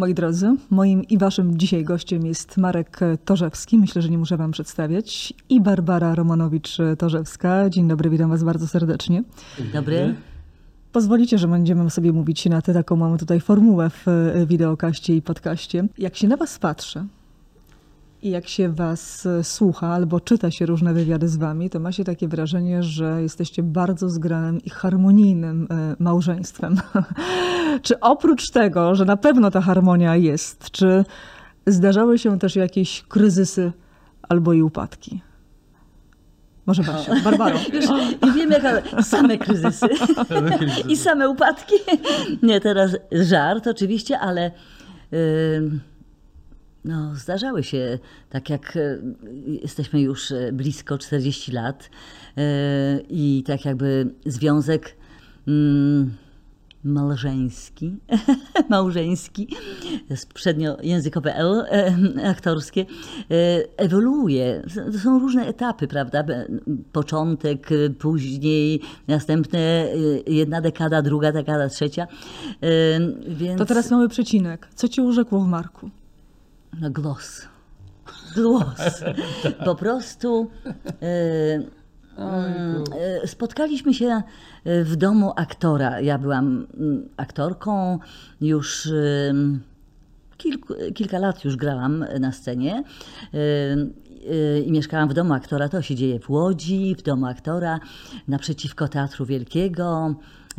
Moi drodzy, moim i waszym dzisiaj gościem jest Marek Torzewski, myślę, że nie muszę wam przedstawiać, i Barbara Romanowicz-Torzewska. Dzień dobry, witam was bardzo serdecznie. Dzień dobry. Pozwolicie, że będziemy sobie mówić na taką mamy tutaj formułę w wideokaście i podcaście. Jak się na was patrzy i jak się was słucha albo czyta się różne wywiady z wami, to ma się takie wrażenie, że jesteście bardzo zgranym i harmonijnym małżeństwem. Czy oprócz tego, że na pewno ta harmonia jest, czy zdarzały się też jakieś kryzysy albo i upadki? Może Barbaro. Już wiemy, same kryzysy i same upadki. Nie, teraz żart oczywiście, ale no, zdarzały się, tak jak jesteśmy już blisko 40 lat i tak jakby związek małżeński, przedniojęzykowe L, aktorskie, ewoluuje. To są różne etapy, prawda? Początek, później następne, jedna dekada, druga dekada, trzecia. Więc... To teraz mamy przecinek. Co ci urzekło w Marku? No, głos. Po prostu... Spotkaliśmy się w domu aktora. Ja byłam aktorką, już kilka lat już grałam na scenie i mieszkałam w domu aktora. To się dzieje w Łodzi, w domu aktora, naprzeciwko Teatru Wielkiego.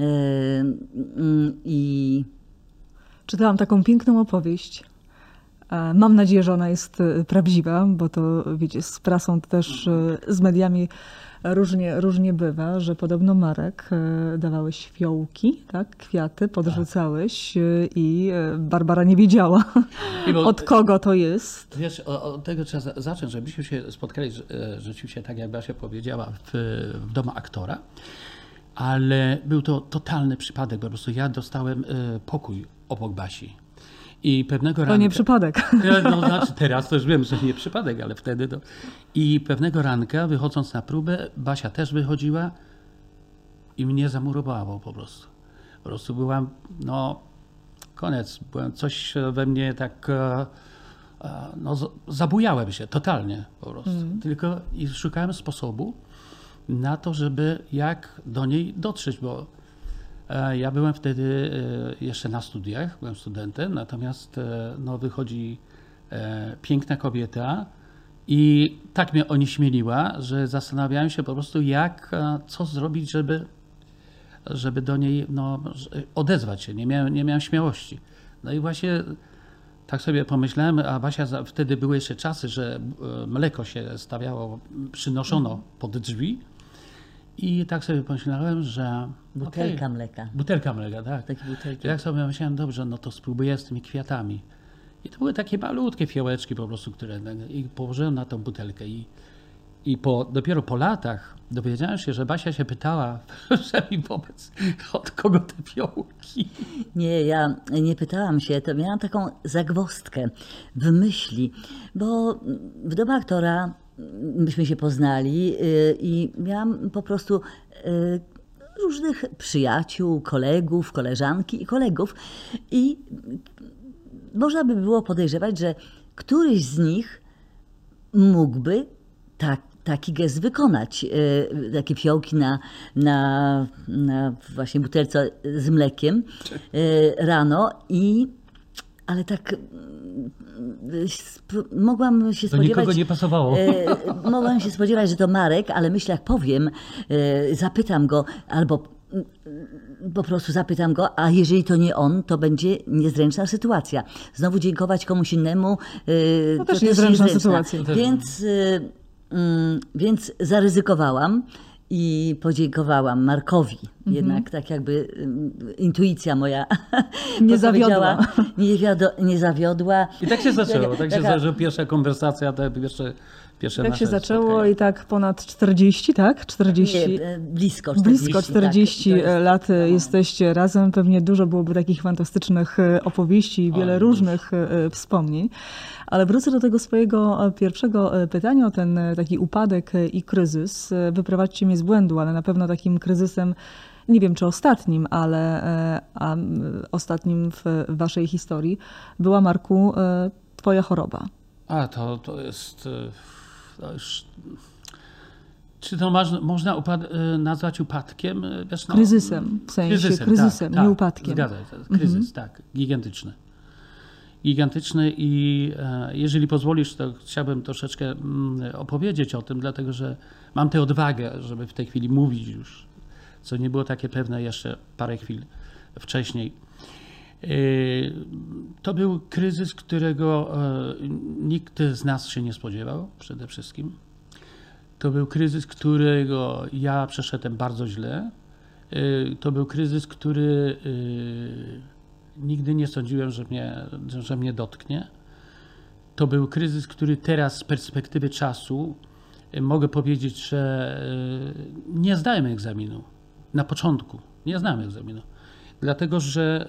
I czytałam taką piękną opowieść. Mam nadzieję, że ona jest prawdziwa, bo to, wiecie, z prasą też, z mediami różnie bywa, że podobno Marek dawałeś fiołki, tak? Kwiaty, podrzucałeś i Barbara nie wiedziała, od kogo to jest. Wiesz, od tego trzeba zacząć, żebyśmy się spotkali rzeczywiście, tak jak Basia powiedziała, w domu aktora, ale był to totalny przypadek, po prostu ja dostałem pokój obok Basi. I pewnego ranka... To nie przypadek. No, znaczy teraz to już wiem, że nie przypadek, ale wtedy to... I pewnego ranka, wychodząc na próbę, Basia też wychodziła i mnie zamurowało po prostu. Po prostu byłam, no, koniec. Coś we mnie tak, no, zabujałem się totalnie po prostu. Tylko i szukałem sposobu na to, żeby jak do niej dotrzeć, bo ja byłem wtedy jeszcze na studiach, byłem studentem, natomiast no, wychodzi piękna kobieta i tak mnie onieśmieliła, że zastanawiałem się po prostu co zrobić, żeby do niej no, odezwać się. Nie miałem śmiałości. No i właśnie tak sobie pomyślałem, a Basia, wtedy były jeszcze czasy, że mleko się stawiało, przynoszono pod drzwi. I tak sobie pomyślałem, że... Butelka mleka. Butelka mleka, tak. Takie butelki. Jak sobie myślałem, dobrze, no to spróbuję z tymi kwiatami. I to były takie malutkie fiołeczki po prostu, które i położyłem na tą butelkę. I dopiero po latach dowiedziałem się, że Basia się pytała, że mi wobec od kogo te fiołki. Nie, ja nie pytałam się, to miałam taką zagwozdkę w myśli, bo w domu aktora myśmy się poznali i miałam po prostu różnych przyjaciół, kolegów, koleżanki i kolegów i można by było podejrzewać, że któryś z nich mógłby taki gest wykonać. Takie fiołki na właśnie butelce z mlekiem rano ale tak mogłam się spodziewać... Do nikogo nie pasowało. Mogłam się spodziewać, że to Marek, ale myślę, jak powiem, zapytam go, albo po prostu zapytam go, a jeżeli to nie on, to będzie niezręczna sytuacja. Znowu dziękować komuś innemu, to też niezręczna sytuacja. Więc zaryzykowałam. I podziękowałam Markowi. Jednak tak jakby intuicja moja nie zawiodła. Nie zawiodła. I tak się zaczęło. Tak się zaczęła pierwsza konwersacja, pierwsze tak się zaczęło spotkanie. I tak ponad 40, tak? 40. Nie, blisko 40 tak, lat jesteście razem. Pewnie dużo byłoby takich fantastycznych opowieści i wiele różnych wspomnień. Ale wrócę do tego swojego pierwszego pytania o ten taki upadek i kryzys. Wyprowadźcie mnie z błędu, ale na pewno takim kryzysem nie wiem czy ostatnim, ale ostatnim w waszej historii była, Marku, twoja choroba. A to jest... To już, czy to można nazwać upadkiem? Wiesz, no, Kryzysem, w sensie kryzysem, nie upadkiem. Zgadza się, kryzys, tak, gigantyczny. Gigantyczny i jeżeli pozwolisz, to chciałbym troszeczkę opowiedzieć o tym, dlatego że mam tę odwagę, żeby w tej chwili mówić już, co nie było takie pewne jeszcze parę chwil wcześniej. To był kryzys, którego nikt z nas się nie spodziewał przede wszystkim. To był kryzys, którego ja przeszedłem bardzo źle. To był kryzys, który nigdy nie sądziłem, że mnie dotknie. To był kryzys, który teraz z perspektywy czasu mogę powiedzieć, że nie zdałem egzaminu. Na początku nie zdałem egzaminu. Dlatego, że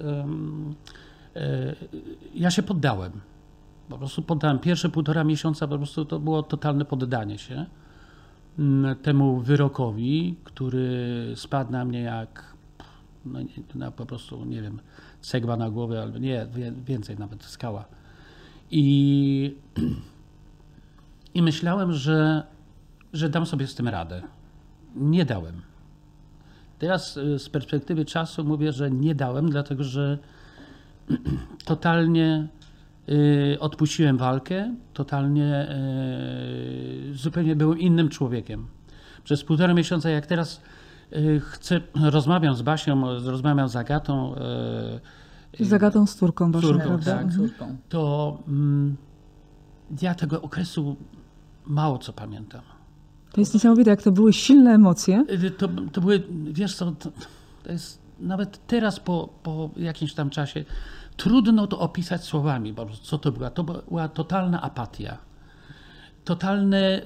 ja się poddałem. Po prostu poddałem. Pierwsze 1,5 miesiąca po prostu to było totalne poddanie się temu wyrokowi, który spadł na mnie jak po prostu, nie wiem, cegła na głowę, albo nie, więcej nawet, skała. I myślałem, że dam sobie z tym radę. Nie dałem. Teraz z perspektywy czasu mówię, że nie dałem, dlatego że totalnie odpuściłem walkę, totalnie zupełnie byłem innym człowiekiem. Przez 1,5 miesiąca, jak teraz rozmawiam z Basią, rozmawiam z Agatą. Z Agatą, z córką Basią, prawda? Tak, córką. To ja tego okresu mało co pamiętam. To jest niesamowite, jak to były silne emocje. To były, wiesz co, to jest nawet teraz po jakimś tam czasie trudno to opisać słowami, bo co to była? To była totalna apatia. Totalne...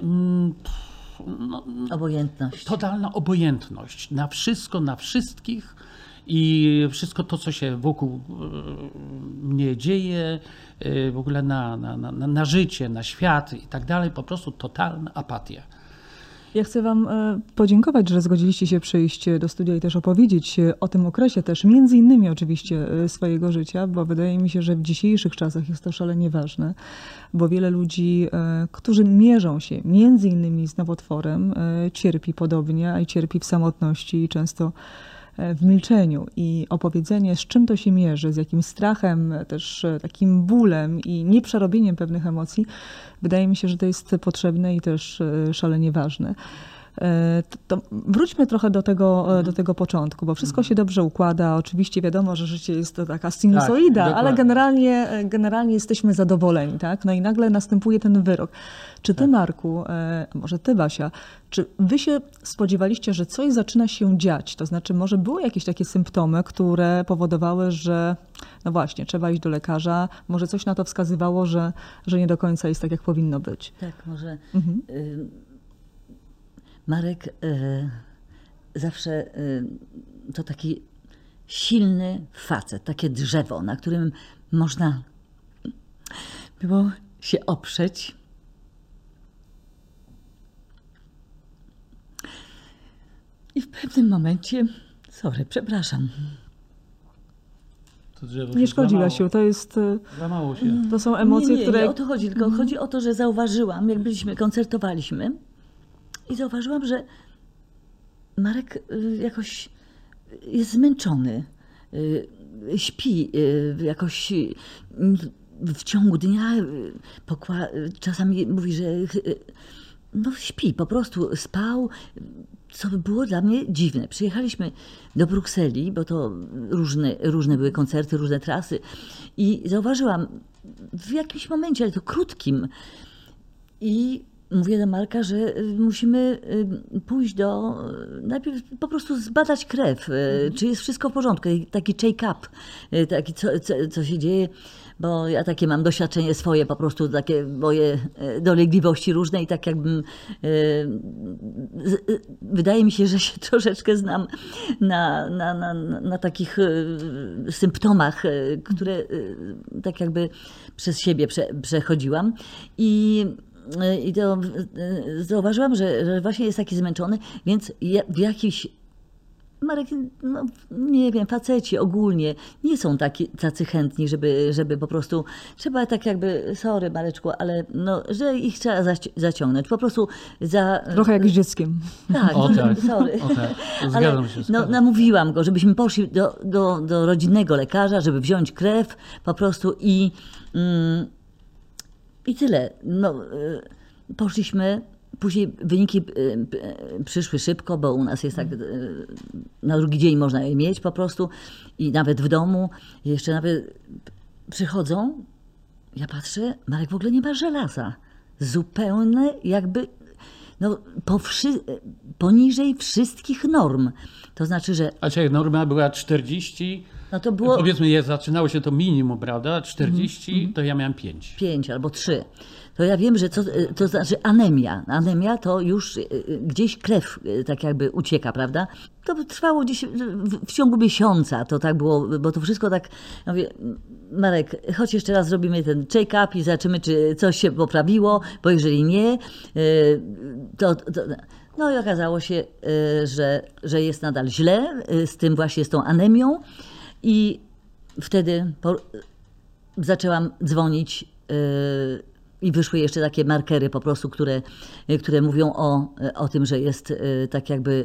Obojętność. Totalna obojętność na wszystko, na wszystkich i wszystko to, co się wokół mnie dzieje, w ogóle na życie, na świat i tak dalej, po prostu totalna apatia. Ja chcę wam podziękować, że zgodziliście się przyjść do studia i też opowiedzieć o tym okresie też, między innymi oczywiście swojego życia, bo wydaje mi się, że w dzisiejszych czasach jest to szalenie ważne, bo wiele ludzi, którzy mierzą się między innymi z nowotworem, cierpi podobnie, a i cierpi w samotności i często w milczeniu. I opowiedzenie, z czym to się mierzy, z jakim strachem, też takim bólem i nieprzerobieniem pewnych emocji, wydaje mi się, że to jest potrzebne i też szalenie ważne. To wróćmy trochę do tego początku, bo wszystko się dobrze układa. Oczywiście wiadomo, że życie jest to taka sinusoida, tak, ale generalnie jesteśmy zadowoleni, tak? No i nagle następuje ten wyrok. Czy ty, Marku, może ty, Basia, czy wy się spodziewaliście, że coś zaczyna się dziać? To znaczy, może były jakieś takie symptomy, które powodowały, że no właśnie, trzeba iść do lekarza, może coś na to wskazywało, że nie do końca jest tak, jak powinno być? Tak, może... Marek zawsze to taki silny facet, takie drzewo, na którym można było się oprzeć. I w pewnym momencie, przepraszam. Nie szkodzi, Basiu, to jest... Złamało się. To są emocje, które... Nie o to chodzi, tylko chodzi o to, że zauważyłam, jak koncertowaliśmy, i zauważyłam, że Marek jakoś jest zmęczony, śpi jakoś w ciągu dnia, czasami mówi, że śpi, po prostu spał, co było dla mnie dziwne. Przyjechaliśmy do Brukseli, bo to różne były koncerty, różne trasy i zauważyłam w jakimś momencie, ale to krótkim, i mówię do Marka, że musimy pójść najpierw po prostu zbadać krew, czy jest wszystko w porządku, taki check-up, taki co się dzieje, bo ja takie mam doświadczenie swoje, po prostu takie moje dolegliwości różne i tak jakbym, wydaje mi się, że się troszeczkę znam na takich symptomach, które tak jakby przez siebie przechodziłam i to zauważyłam, że właśnie jest taki zmęczony, więc w jakiś Marek, no, nie wiem, faceci ogólnie nie są tacy chętni, żeby po prostu, trzeba tak jakby, sorry Mareczku, ale no, że ich trzeba zaciągnąć. Po prostu Trochę jak z dzieckiem. Tak, O tak, sorry. o tak. Zgadzam się. No, namówiłam go, żebyśmy poszli do rodzinnego lekarza, żeby wziąć krew po prostu i tyle. No, poszliśmy. Później wyniki przyszły szybko, bo u nas jest tak, na drugi dzień można je mieć po prostu i nawet w domu. Jeszcze nawet przychodzą, ja patrzę, Marek w ogóle nie ma żelaza. Zupełnie jakby no, poniżej wszystkich norm. To znaczy, że... A czyli norma była 40, No to było powiedzmy, zaczynało się to minimum, prawda? 40, to ja miałem 5. 5 albo 3. To ja wiem, że to znaczy anemia. Anemia to już gdzieś krew tak jakby ucieka, prawda? To trwało gdzieś w ciągu miesiąca. To tak było, bo to wszystko tak... Ja mówię, Marek, chodź jeszcze raz zrobimy ten check-up i zobaczymy, czy coś się poprawiło, bo jeżeli nie, to no i okazało się, że jest nadal źle z tą anemią i wtedy zaczęłam dzwonić i wyszły jeszcze takie markery po prostu, które mówią o tym, że jest tak jakby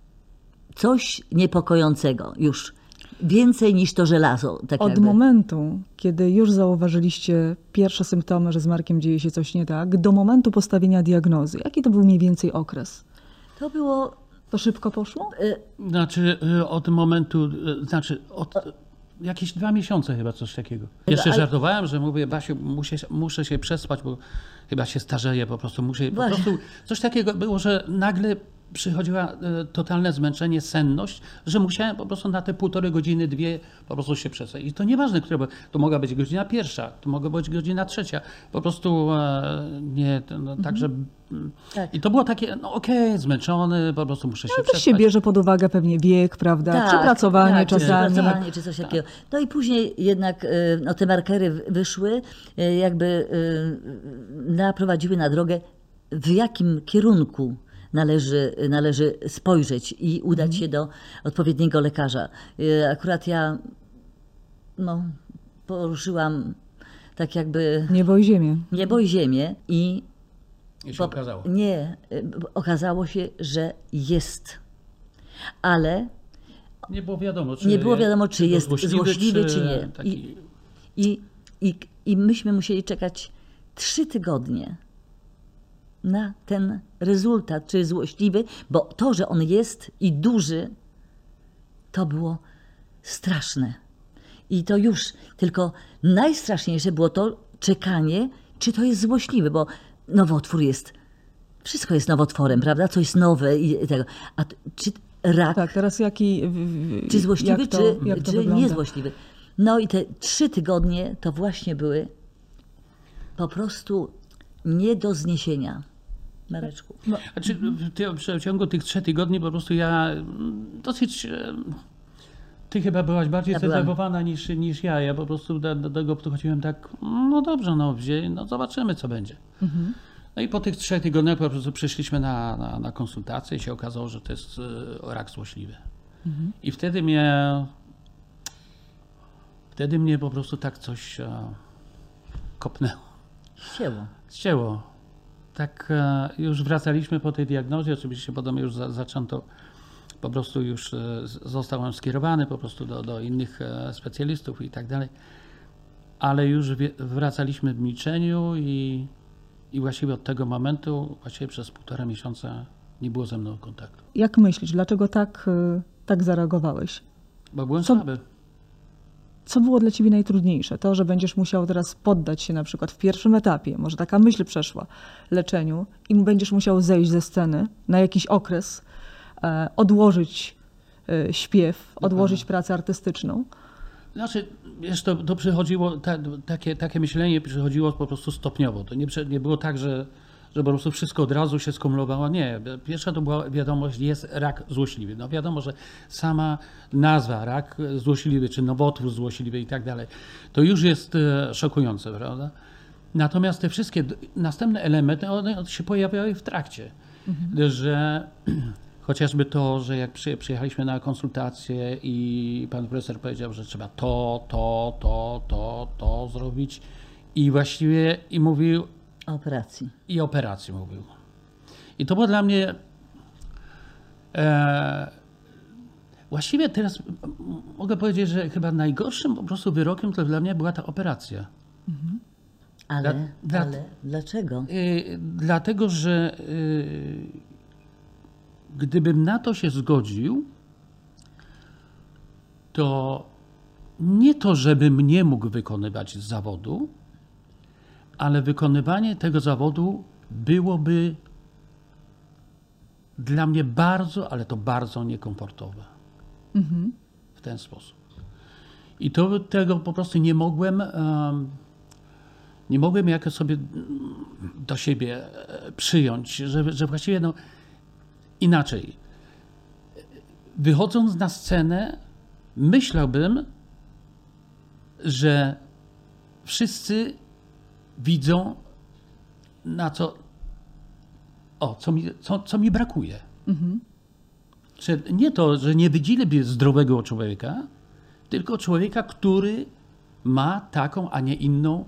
coś niepokojącego już. Więcej niż to żelazo. Tak Od jakby. momentu, kiedy już zauważyliście pierwsze symptomy, że z Markiem dzieje się coś nie tak, do momentu postawienia diagnozy, jaki to był mniej więcej okres? To było... To szybko poszło? Znaczy od momentu, od jakieś 2 miesiące chyba coś takiego. Jeszcze ale- żartowałem, że mówię, Basiu, muszę się przespać, bo chyba się starzeję, po prostu muszę, po Właśnie. prostu coś takiego było, że nagle przychodziła totalne zmęczenie, senność, że musiałem po prostu na te 1,5 godziny, 2 po prostu się przespać. I to nieważne, które, to mogła być godzina 1, to mogła być godzina 3. Po prostu nie, także... Tak. I to było takie, no okej, zmęczony, po prostu muszę się Też przespać. się bierze pod uwagę pewnie wiek, prawda? Przepracowanie tak, czasami. Przepracowanie czy coś takiego. No i później jednak no, te markery wyszły, jakby naprowadziły na drogę, w jakim kierunku należy spojrzeć i udać się do odpowiedniego lekarza. Akurat ja poruszyłam tak jakby Niebo i ziemię. niebo i ziemię i I się okazało. nie, okazało się, że jest. Ale Nie było wiadomo, czy jest złośliwy, czy nie. Taki... I myśmy musieli czekać 3 tygodnie na ten rezultat, czy złośliwy, bo to, że on jest i duży, to było straszne. I to już, tylko najstraszniejsze było to czekanie, czy to jest złośliwy, bo nowotwór jest, wszystko jest nowotworem, prawda? Co jest nowe i tego. A czy rak, Tak, teraz czy złośliwy, jak to czy wygląda? niezłośliwy? No i te 3 tygodnie to właśnie były po prostu nie do zniesienia, Mareczku. Znaczy, w ciągu tych 3 tygodni po prostu ja dosyć... Ty chyba byłaś bardziej Ja byłam. zdenerwowana niż ja. Ja po prostu do tego podchodziłem tak, no dobrze, no zobaczymy, co będzie. No i po tych 3 tygodniach po prostu przyszliśmy na konsultację i się okazało, że to jest rak złośliwy. I wtedy mnie po prostu tak coś kopnęło. Ścięło. Tak już wracaliśmy po tej diagnozie, oczywiście potem już zaczęto, po prostu już zostałem skierowany po prostu do innych specjalistów i tak dalej. Ale już wracaliśmy w milczeniu i właściwie od tego momentu, właściwie przez 1,5 miesiąca nie było ze mną kontaktu. Jak myślisz, dlaczego tak zareagowałeś? Bo byłem słaby. Co było dla ciebie najtrudniejsze? To, że będziesz musiał teraz poddać się na przykład w pierwszym etapie, może taka myśl przeszła, leczeniu i będziesz musiał zejść ze sceny na jakiś okres, odłożyć śpiew, odłożyć pracę artystyczną. Znaczy, wiesz, to przychodziło, takie myślenie przychodziło po prostu stopniowo. To nie było tak, że po prostu wszystko od razu się skumulowało. Nie, pierwsza to była wiadomość, jest rak złośliwy. No wiadomo, że sama nazwa rak złośliwy, czy nowotwór złośliwy i tak dalej, to już jest szokujące, prawda? Natomiast te wszystkie następne elementy, one się pojawiały w trakcie, że Chociażby to, że jak przyjechaliśmy na konsultację i pan profesor powiedział, że trzeba to zrobić i właściwie i mówił Operacji. i operacji mówił. I to było dla mnie właściwie teraz mogę powiedzieć, że chyba najgorszym po prostu wyrokiem to dla mnie była ta operacja. Ale dlaczego? Dlatego, że gdybym na to się zgodził, to nie to, żebym nie mógł wykonywać zawodu, ale wykonywanie tego zawodu byłoby dla mnie bardzo, ale to bardzo niekomfortowe. W ten sposób. I tego po prostu nie mogłem jakoś sobie do siebie przyjąć, że właściwie no inaczej. Wychodząc na scenę, myślałbym, że wszyscy widzą na co mi brakuje. Że nie to, że nie widzieliby zdrowego człowieka, tylko człowieka, który ma taką, a nie inną.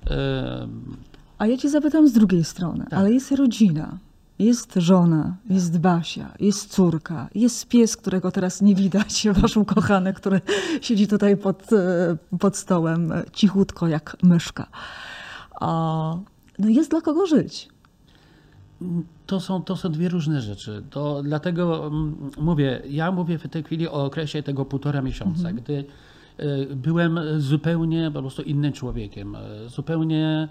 A ja cię zapytam z drugiej strony, ale jest rodzina, jest żona, jest Basia, jest córka, jest pies, którego teraz nie widać, wasz ukochany, który siedzi tutaj pod stołem cichutko jak myszka. No jest dla kogo żyć. To są dwie różne rzeczy. Dlatego ja mówię w tej chwili o okresie tego 1,5 miesiąca, gdy byłem zupełnie po prostu innym człowiekiem. Zupełnie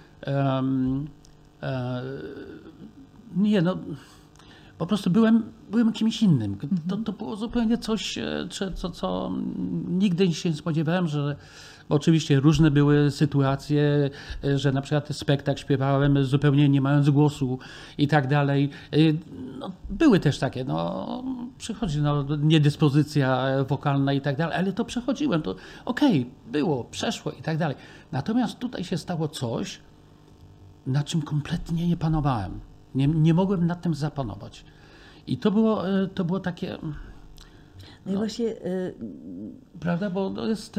po prostu byłem kimś innym. To było zupełnie coś, co nigdy się nie spodziewałem, że oczywiście różne były sytuacje, że na przykład spektakl śpiewałem zupełnie nie mając głosu i tak dalej. No, były też takie, przychodzi niedyspozycja wokalna i tak dalej, ale to przechodziłem, to okej, było, przeszło i tak dalej. Natomiast tutaj się stało coś, nad czym kompletnie nie panowałem. Nie mogłem nad tym zapanować. I to było takie... No i właśnie... Prawda, bo to jest...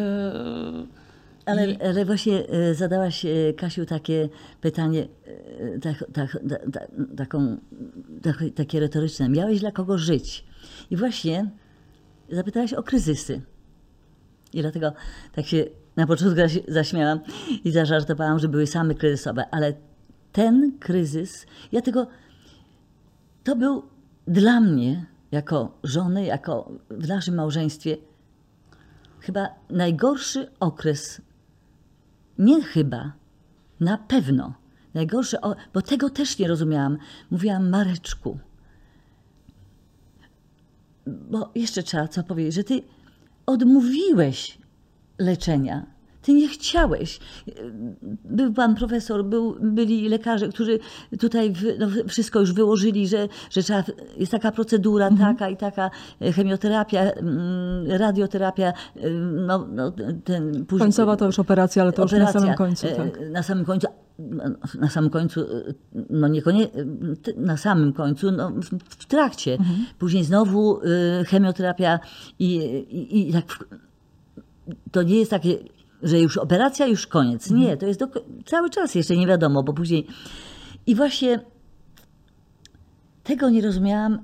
Ale właśnie zadałaś, Kasiu, takie pytanie, takie retoryczne. Miałeś dla kogo żyć? I właśnie zapytałaś o kryzysy. I dlatego tak się na początku zaśmiałam i zażartowałam, że były same kryzysowe. Ale ten kryzys, to był dla mnie, jako żony, jako w naszym małżeństwie, chyba najgorszy okres, nie chyba, na pewno, najgorszy, bo tego też nie rozumiałam. Mówiłam: Mareczku, bo jeszcze trzeba co powiedzieć, że ty odmówiłeś leczenia. Ty nie chciałeś. Był pan profesor, byli lekarze, którzy tutaj wszystko już wyłożyli, że trzeba, jest taka procedura, taka i taka, chemioterapia, radioterapia. Końcowa to już operacja, ale to operacja, już na samym końcu. Tak. Na samym końcu, niekoniecznie, na samym końcu, w trakcie. Później znowu chemioterapia i tak, to nie jest takie, że już operacja, już koniec. Nie, to jest cały czas jeszcze nie wiadomo, bo później... I właśnie tego nie rozumiałam.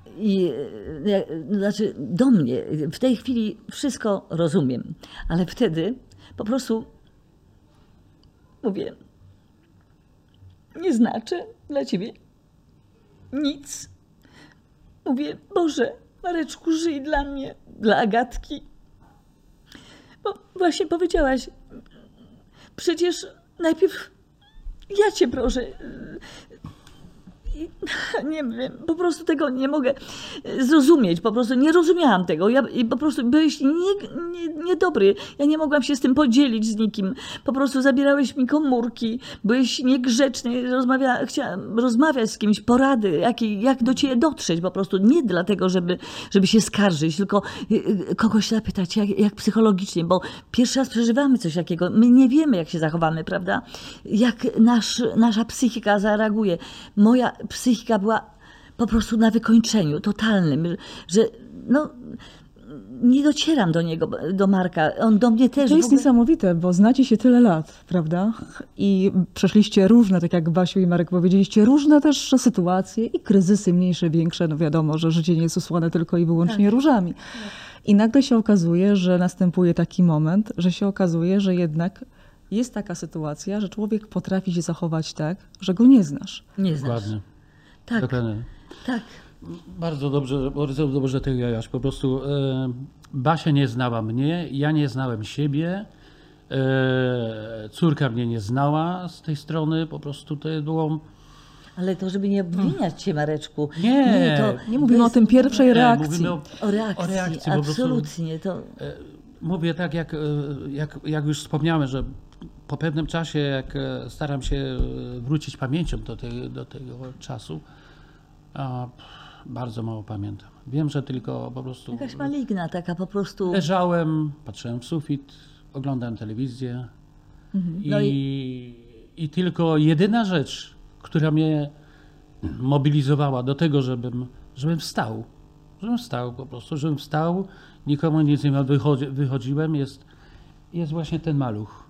Znaczy do mnie, w tej chwili wszystko rozumiem, ale wtedy po prostu mówię: nie znaczy dla ciebie nic. Mówię: Boże, Mareczku, żyj dla mnie, dla Agatki. Bo właśnie powiedziałaś, przecież najpierw ja cię proszę. Nie wiem, po prostu tego nie mogę zrozumieć, po prostu nie rozumiałam tego. I po prostu byłeś niedobry. Ja nie mogłam się z tym podzielić z nikim. Po prostu zabierałeś mi komórki, byłeś niegrzeczny, chciałam rozmawiać z kimś, porady, jak do ciebie dotrzeć po prostu. Nie dlatego, żeby się skarżyć, tylko kogoś zapytać, jak psychologicznie, bo pierwszy raz przeżywamy coś takiego. My nie wiemy, jak się zachowamy, prawda? Jak nasza psychika zareaguje. Moja psychika była po prostu na wykończeniu totalnym, że no, nie docieram do niego, do Marka. On do mnie też To w jest ogóle... niesamowite, bo znacie się tyle lat, prawda? I przeszliście różne, tak jak Basiu i Marek powiedzieliście, różne też sytuacje i kryzysy mniejsze, większe. No wiadomo, że życie nie jest usłane tylko i wyłącznie różami. I nagle się okazuje, że następuje taki moment, że się okazuje, że jednak jest taka sytuacja, że człowiek potrafi się zachować tak, że go nie znasz. Nie znasz. Dokładnie. Tak, Dokładnie. tak. Bardzo dobrze ty jajasz. Po prostu Basia nie znała mnie, ja nie znałem siebie, córka mnie nie znała z tej strony, po prostu to było... Ale to, żeby nie obwiniać cię, Mareczku. Nie, to Nie mówimy o tym pierwszej reakcji. Mówimy o reakcji, o reakcji po prostu. absolutnie. To... Mówię tak, jak już wspomniałem, że po pewnym czasie, jak staram się wrócić pamięcią do tego czasu, bardzo mało pamiętam. Wiem, że tylko po prostu Jakaś maligna taka po prostu. leżałem, patrzyłem w sufit, oglądałem telewizję No i tylko jedyna rzecz, która mnie mobilizowała do tego, żebym wstał. Żebym wstał po prostu, żebym wstał, nikomu nic nie wychodziłem, jest właśnie ten maluch,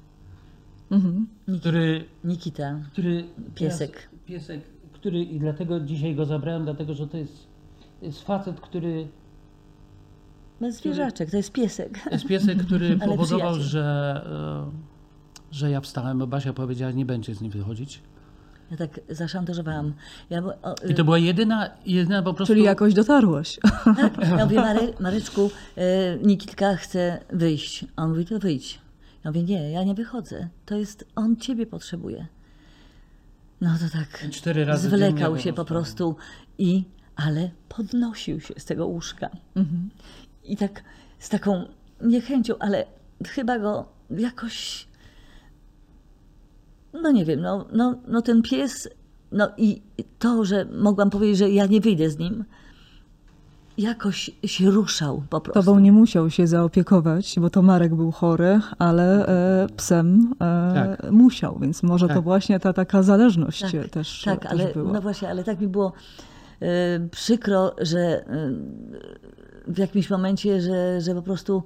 Nikita. który Piesek. Piesek, który i dlatego dzisiaj go zabrałem, dlatego że to jest facet, który No zwierzaczek, to jest piesek. jest piesek, który Ale powodował, przyjaciel. że ja wstałem, bo Basia powiedziała, nie będzie z nim wychodzić. Ja tak zaszantażowałam. I to była jedyna po prostu... Czyli jakoś dotarłeś. Tak, ja mówię, Mareczku, Nikitka chce wyjść. A on mówi, to wyjdź. Ja mówię, nie, ja nie wychodzę. To jest, on ciebie potrzebuje. No to tak 4 razy zwlekał dziennie się po prostu, ale podnosił się z tego łóżka. I tak z taką niechęcią, ale chyba go jakoś, no nie wiem, no ten pies, no i to, że mogłam powiedzieć, że ja nie wyjdę z nim, jakoś się ruszał po prostu. Tobą nie musiał się zaopiekować, bo to Marek był chory, ale psem Tak. musiał, więc może to Tak. właśnie ta taka zależność też, tak, też ale była. no właśnie, ale tak mi było przykro, że w jakimś momencie, że po prostu.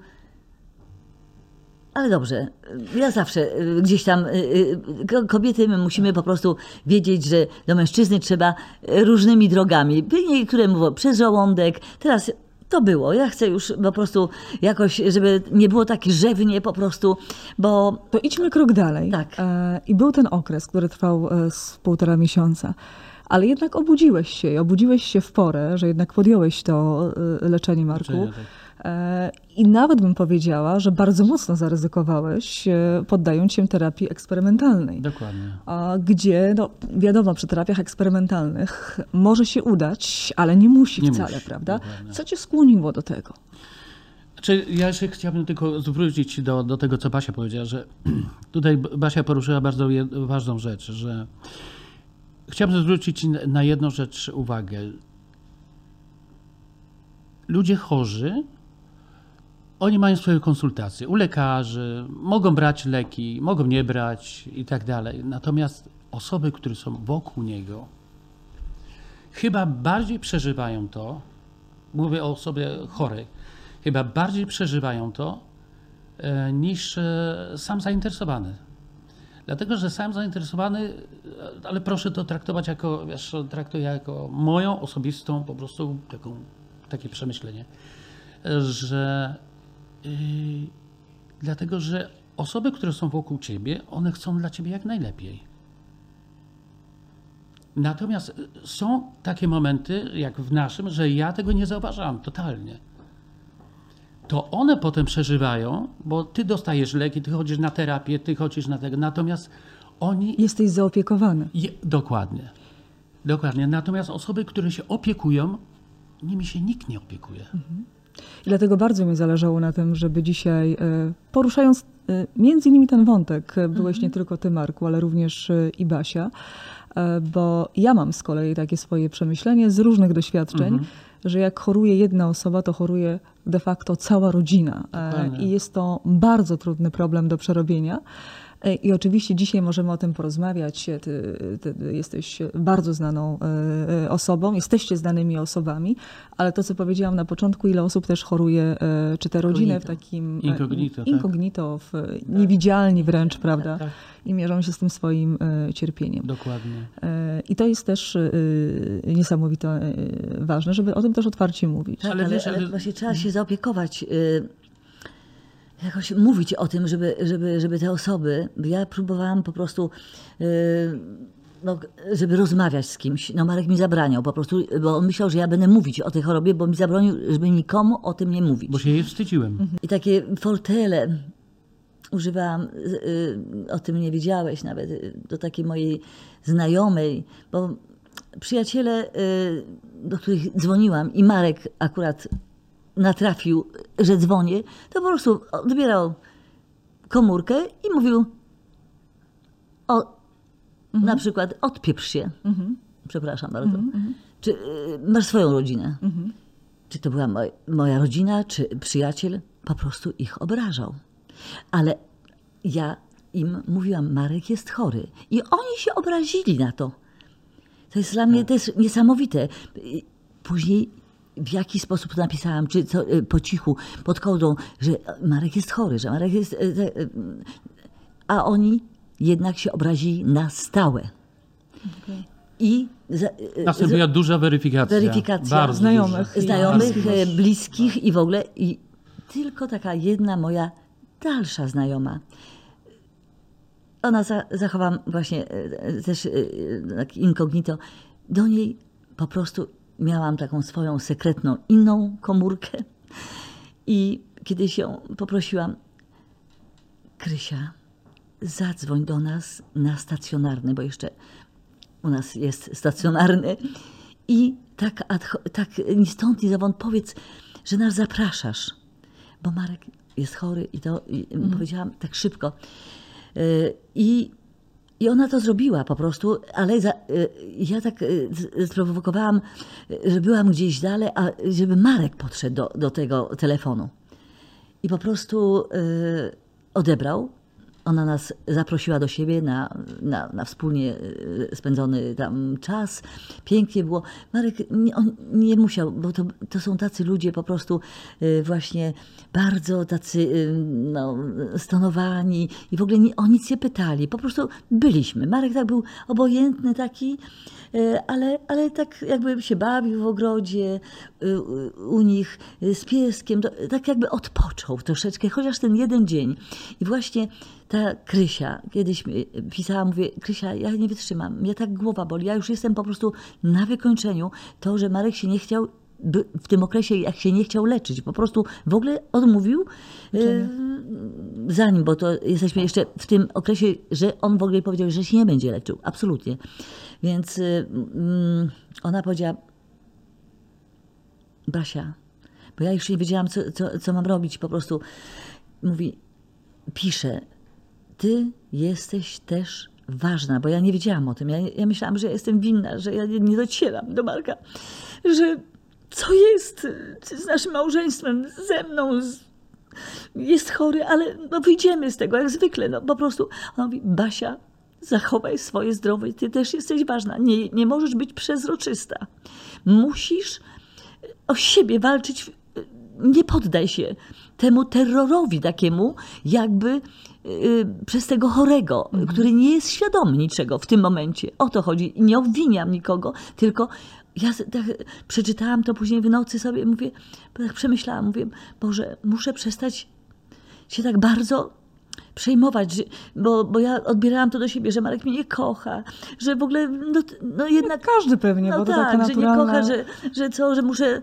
Ale dobrze, ja zawsze gdzieś tam, kobiety my musimy po prostu wiedzieć, że do mężczyzny trzeba różnymi drogami. Niektóre mówią przez żołądek, teraz to było. Ja chcę już po prostu jakoś, żeby nie było tak rzewnie po prostu, bo To idźmy krok dalej. Tak. I był ten okres, który trwał z 1,5 miesiąca. Ale jednak obudziłeś się w porę, że jednak podjąłeś to leczenie, Marku. Leczenie, tak. I nawet bym powiedziała, że bardzo mocno zaryzykowałeś, poddając się terapii eksperymentalnej. Dokładnie. Gdzie, no wiadomo, przy terapiach eksperymentalnych może się udać, ale nie musi Nie wcale, musi, prawda? dokładnie. Co cię skłoniło do tego? Ja jeszcze chciałbym tylko zwrócić do tego, co Basia powiedziała, że tutaj Basia poruszyła bardzo ważną rzecz, że chciałbym zwrócić na jedną rzecz uwagę. Ludzie chorzy, oni mają swoje konsultacje u lekarzy, mogą brać leki, mogą nie brać i tak dalej. Natomiast osoby, które są wokół niego, chyba bardziej przeżywają to, mówię o osobie chorej, chyba bardziej przeżywają to niż sam zainteresowany. Dlatego, że sam zainteresowany, ale proszę to traktować jako, traktuję jako moją osobistą po prostu takie przemyślenie, że dlatego, że osoby, które są wokół ciebie, one chcą dla ciebie jak najlepiej. Natomiast są takie momenty, jak w naszym, że ja tego nie zauważam totalnie. To one potem przeżywają, bo ty dostajesz leki, ty chodzisz na terapię, ty chodzisz na tego, natomiast oni... Jesteś zaopiekowany. Dokładnie. Dokładnie. Natomiast osoby, które się opiekują, nimi się nikt nie opiekuje. I dlatego bardzo mi zależało na tym, żeby dzisiaj, poruszając między innymi ten wątek, byłeś nie tylko ty, Marku, ale również i Basia, bo ja mam z kolei takie swoje przemyślenie z różnych doświadczeń, że jak choruje jedna osoba, to choruje de facto cała rodzina. Dokładnie. I jest to bardzo trudny problem do przerobienia. I oczywiście dzisiaj możemy o tym porozmawiać. Ty jesteś bardzo znaną osobą, jesteście znanymi osobami, ale to, co powiedziałam na początku, ile osób też choruje, czy te rodziny w takim Incognito, niewidzialni wręcz, prawda? Tak. I mierzą się z tym swoim cierpieniem. Dokładnie. I to jest też niesamowite ważne, żeby o tym też otwarcie mówić. Tak, Ale wiesz, ale właśnie trzeba się zaopiekować, jakoś mówić o tym, żeby te osoby, ja próbowałam po prostu, no, żeby rozmawiać z kimś. No Marek mi zabraniał po prostu, bo on myślał, że ja będę mówić o tej chorobie, bo mi zabronił, żeby nikomu o tym nie mówić. Bo się jej wstydziłem. I takie fortele używałam, o tym nie wiedziałeś nawet, do takiej mojej znajomej, bo przyjaciele, do których dzwoniłam i Marek akurat natrafił, że dzwonię, to po prostu odbierał komórkę i mówił na przykład odpieprz się. Przepraszam bardzo. Czy masz swoją rodzinę? Czy to była moja rodzina, czy przyjaciel? Po prostu ich obrażał. Ale ja im mówiłam, Marek jest chory. I oni się obrazili na to. To jest dla mnie też niesamowite. Później w jaki sposób napisałam, czy co, po cichu, pod kołdą, że Marek jest chory, że Marek jest... A oni jednak się obrazili na stałe. Okay. I następuje duża weryfikacja. Bardzo znajomych, bliskich i w ogóle. I tylko taka jedna moja dalsza znajoma. Ona zachowałam właśnie też tak incognito. Do niej po prostu miałam taką swoją sekretną inną komórkę. I kiedyś ją poprosiłam, Krysia, zadzwoń do nas na stacjonarny, bo jeszcze u nas jest stacjonarny. I tak ni stąd, ni zowąd powiedz, że nas zapraszasz. Bo Marek jest chory i to powiedziałam tak szybko. I ona to zrobiła po prostu, ale ja tak sprowokowałam, że byłam gdzieś dalej, a żeby Marek podszedł do tego telefonu. I po prostu odebrał. Ona nas zaprosiła do siebie na wspólnie spędzony tam czas. Pięknie było. Marek on nie musiał, bo to są tacy ludzie po prostu właśnie bardzo tacy stonowani i w ogóle o nic nie pytali. Po prostu byliśmy. Marek tak był obojętny taki, ale tak jakby się bawił w ogrodzie u nich z pieskiem. Tak jakby odpoczął troszeczkę, chociaż ten jeden dzień. I właśnie ta Krysia, kiedyś pisała, mówię, Krysia, ja nie wytrzymam, mnie tak głowa boli, ja już jestem po prostu na wykończeniu. To, że Marek się nie chciał, w tym okresie jak się nie chciał leczyć, po prostu w ogóle odmówił, zanim, bo to jesteśmy jeszcze w tym okresie, że on w ogóle powiedział, że się nie będzie leczył, absolutnie. Więc ona powiedziała, Basia, bo ja już nie wiedziałam, co mam robić, po prostu mówi, pisze, ty jesteś też ważna, bo ja nie wiedziałam o tym. Ja myślałam, że ja jestem winna, że ja nie docieram do Marka, że co jest z naszym małżeństwem, ze mną, jest chory, ale wyjdziemy z tego jak zwykle. Po prostu ona mówi, Basia, zachowaj swoje zdrowie, ty też jesteś ważna. Nie możesz być przezroczysta. Musisz o siebie walczyć, nie poddaj się temu terrorowi takiemu, jakby przez tego chorego, który nie jest świadomy niczego w tym momencie. O to chodzi. I nie obwiniam nikogo, tylko ja tak przeczytałam to później w nocy sobie, mówię, tak przemyślałam, mówię, Boże, muszę przestać się tak bardzo przejmować, bo ja odbierałam to do siebie, że Marek mnie nie kocha, że w ogóle no jednak... Każdy pewnie, bo to tak, taka naturalna... że nie kocha, że muszę,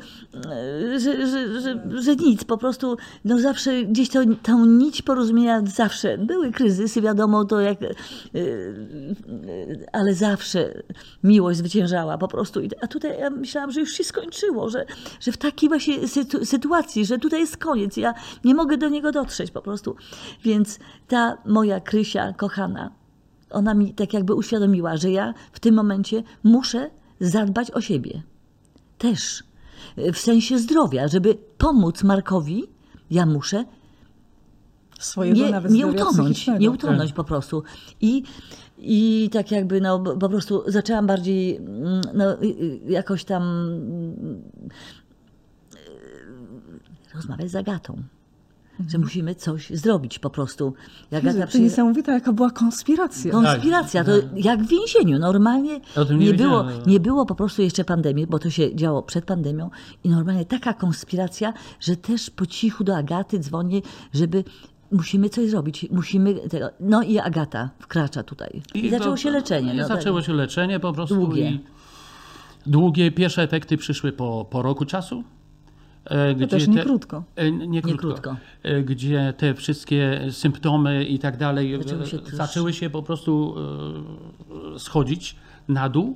że nic, po prostu zawsze gdzieś tą nić porozumienia zawsze. Były kryzysy, wiadomo, to jak... ale zawsze miłość zwyciężała po prostu. A tutaj ja myślałam, że już się skończyło, że w takiej właśnie sytuacji, że tutaj jest koniec. Ja nie mogę do niego dotrzeć po prostu. Więc ta moja Krysia kochana, ona mi tak jakby uświadomiła, że ja w tym momencie muszę zadbać o siebie. Też. W sensie zdrowia, żeby pomóc Markowi, ja muszę swojego nawet zdrowia psychicznego. nie utonąć po prostu. I tak jakby po prostu zaczęłam bardziej jakoś tam rozmawiać z Agatą. Że musimy coś zrobić po prostu. Jezu, to niesamowite, jaka była konspiracja. Konspiracja, to jak w więzieniu. Normalnie nie było po prostu jeszcze pandemii, bo to się działo przed pandemią i normalnie taka konspiracja, że też po cichu do Agaty dzwonię, żeby musimy coś zrobić, musimy tego. No i Agata wkracza tutaj. I zaczęło się leczenie. I zaczęło się leczenie po prostu. Długie. Pierwsze efekty przyszły po roku czasu. To też nie krótko. Nie krótko. Gdzie te wszystkie symptomy i tak dalej zaczęły się po prostu schodzić na dół.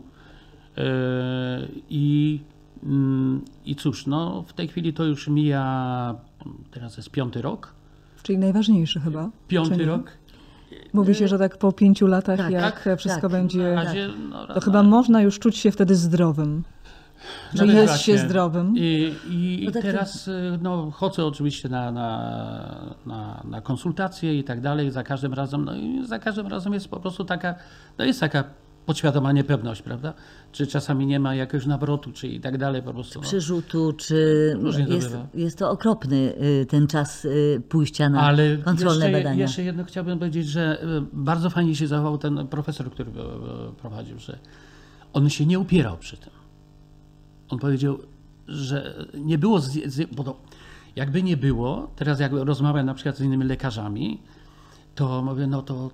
I cóż, no w tej chwili to już mija, teraz jest 5. rok. Czyli najważniejszy chyba. 5. rok. Mówi się, że tak po 5 latach, jak wszystko będzie, to chyba można już czuć się wtedy zdrowym. Że jest się zdrowym. I teraz chodzę oczywiście na konsultacje i tak dalej. Za każdym razem jest po prostu taka podświadoma niepewność, prawda? Czy czasami nie ma jakiegoś nawrotu, czy i tak dalej po prostu. Przerzutu, czy jest to okropny ten czas pójścia na kontrolne badania. Jeszcze jedno chciałbym powiedzieć, że bardzo fajnie się zachował ten profesor, który prowadził, że on się nie upierał przy tym. On powiedział, że nie było, bo to jakby nie było, teraz jak rozmawiam na przykład z innymi lekarzami, to mówię,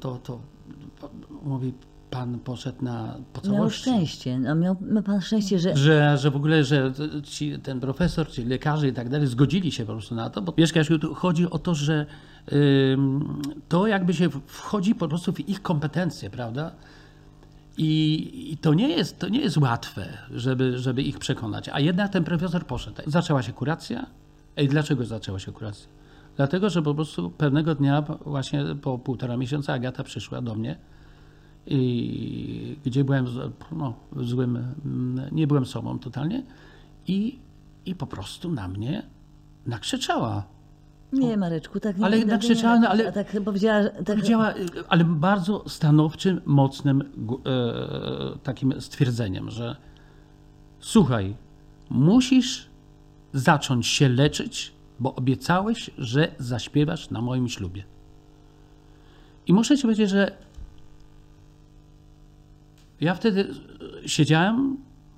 mówi, pan poszedł po całości. Miał szczęście, miał pan szczęście, że w ogóle, że ten profesor, ci lekarze i tak dalej zgodzili się po prostu na to, bo wiesz, Kasiu, tu chodzi o to, że to jakby się wchodzi po prostu w ich kompetencje, prawda? I to nie jest łatwe, żeby ich przekonać. A jednak ten profesor poszedł. Zaczęła się kuracja. Dlaczego zaczęła się kuracja? Dlatego, że po prostu pewnego dnia, właśnie po 1,5 miesiąca, Agata przyszła do mnie, gdzie byłem nie byłem sobą totalnie i po prostu na mnie nakrzyczała. Nie, Mareczku, tak nie. Ale nakrzyczała, ale tak powiedziała, ale bardzo stanowczym, mocnym takim stwierdzeniem, że słuchaj, musisz zacząć się leczyć, bo obiecałeś, że zaśpiewasz na moim ślubie. I muszę ci powiedzieć, że ja wtedy siedziałem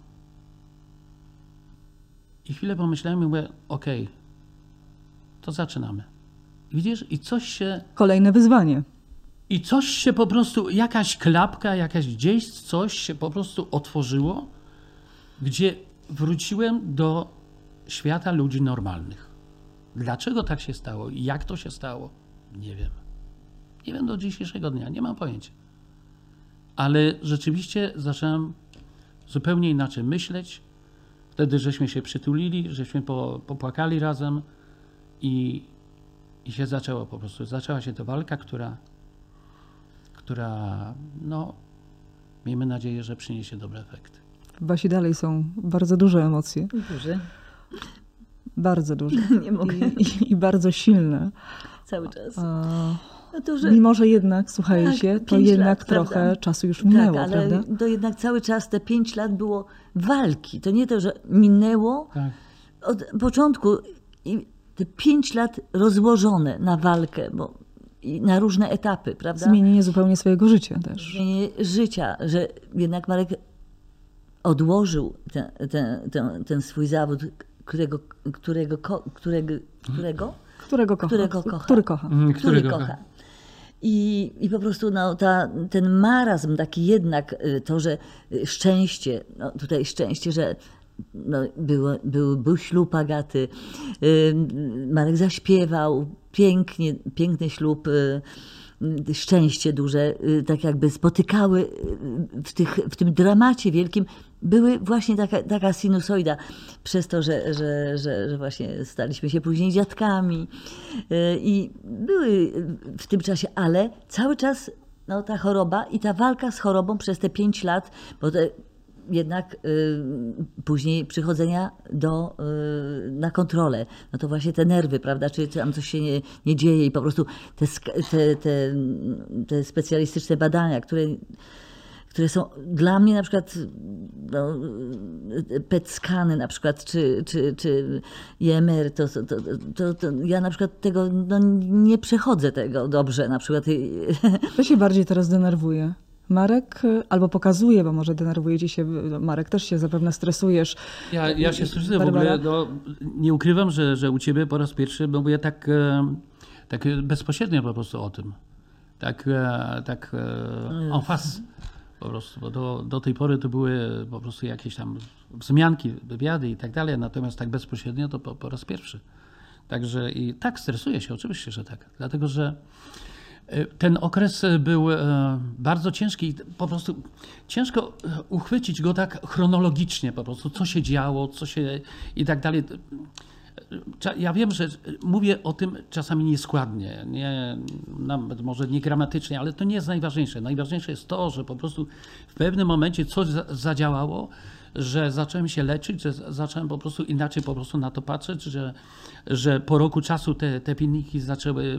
i chwilę pomyślałem i mówię, okej, to zaczynamy. Widzisz? I coś się... Kolejne wyzwanie. I coś się po prostu, jakaś klapka, gdzieś coś się po prostu otworzyło, gdzie wróciłem do świata ludzi normalnych. Dlaczego tak się stało i jak to się stało? Nie wiem. Nie wiem do dzisiejszego dnia, nie mam pojęcia. Ale rzeczywiście zacząłem zupełnie inaczej myśleć. Wtedy żeśmy się przytulili, żeśmy popłakali razem i się zaczęło po prostu. Zaczęła się to walka, która miejmy nadzieję, że przyniesie dobre efekty. W Basi dalej są bardzo duże emocje. Duże. Bardzo duże. Nie mogę. I bardzo silne. Cały czas. Mimo, że jednak, słuchajcie, to jednak trochę czasu już minęło, ale prawda? To jednak cały czas te 5 lat było walki. To nie to, że minęło od początku i te 5 lat rozłożone na walkę, i na różne etapy, prawda? Zmienienie zupełnie swojego życia też. Zmienienie życia, że jednak Marek odłożył ten swój zawód, którego kocha. I po prostu ten marazm taki jednak, to, że szczęście, tutaj szczęście, że był ślub Agaty, Marek zaśpiewał, piękny ślub, szczęście duże, tak jakby spotykały w tym dramacie wielkim, były właśnie taka sinusoida przez to, że właśnie staliśmy się później dziadkami i były w tym czasie, ale cały czas ta choroba i ta walka z chorobą przez te 5 lat, bo jednak później przychodzenia na kontrolę, no to właśnie te nerwy, prawda, czy tam coś się nie dzieje i po prostu te specjalistyczne badania, które są dla mnie na przykład no, PET skany na przykład, czy IMR, to ja na przykład tego no, nie przechodzę tego dobrze na przykład. Kto się bardziej teraz denerwuje? Marek albo pokazuje, bo może denerwujecie się, Marek też się zapewne stresujesz. Ja się stresuję w Barbara? ogóle, no, nie ukrywam, że u ciebie po raz pierwszy mówię tak bezpośrednio po prostu o tym. Tak en face po prostu, bo do tej pory to były po prostu jakieś tam wzmianki, wywiady i tak dalej, natomiast tak bezpośrednio to po raz pierwszy. Także i tak stresuję się, oczywiście, że tak, dlatego że ten okres był bardzo ciężki, po prostu ciężko uchwycić go tak chronologicznie, po prostu co się działo, co się i tak dalej. Ja wiem, że mówię o tym czasami nieskładnie, nawet może nie gramatycznie, ale to nie jest najważniejsze. Najważniejsze jest to, że po prostu w pewnym momencie coś zadziałało, że zacząłem się leczyć, że zacząłem po prostu inaczej po prostu na to patrzeć, że po roku czasu te pilniki zaczęły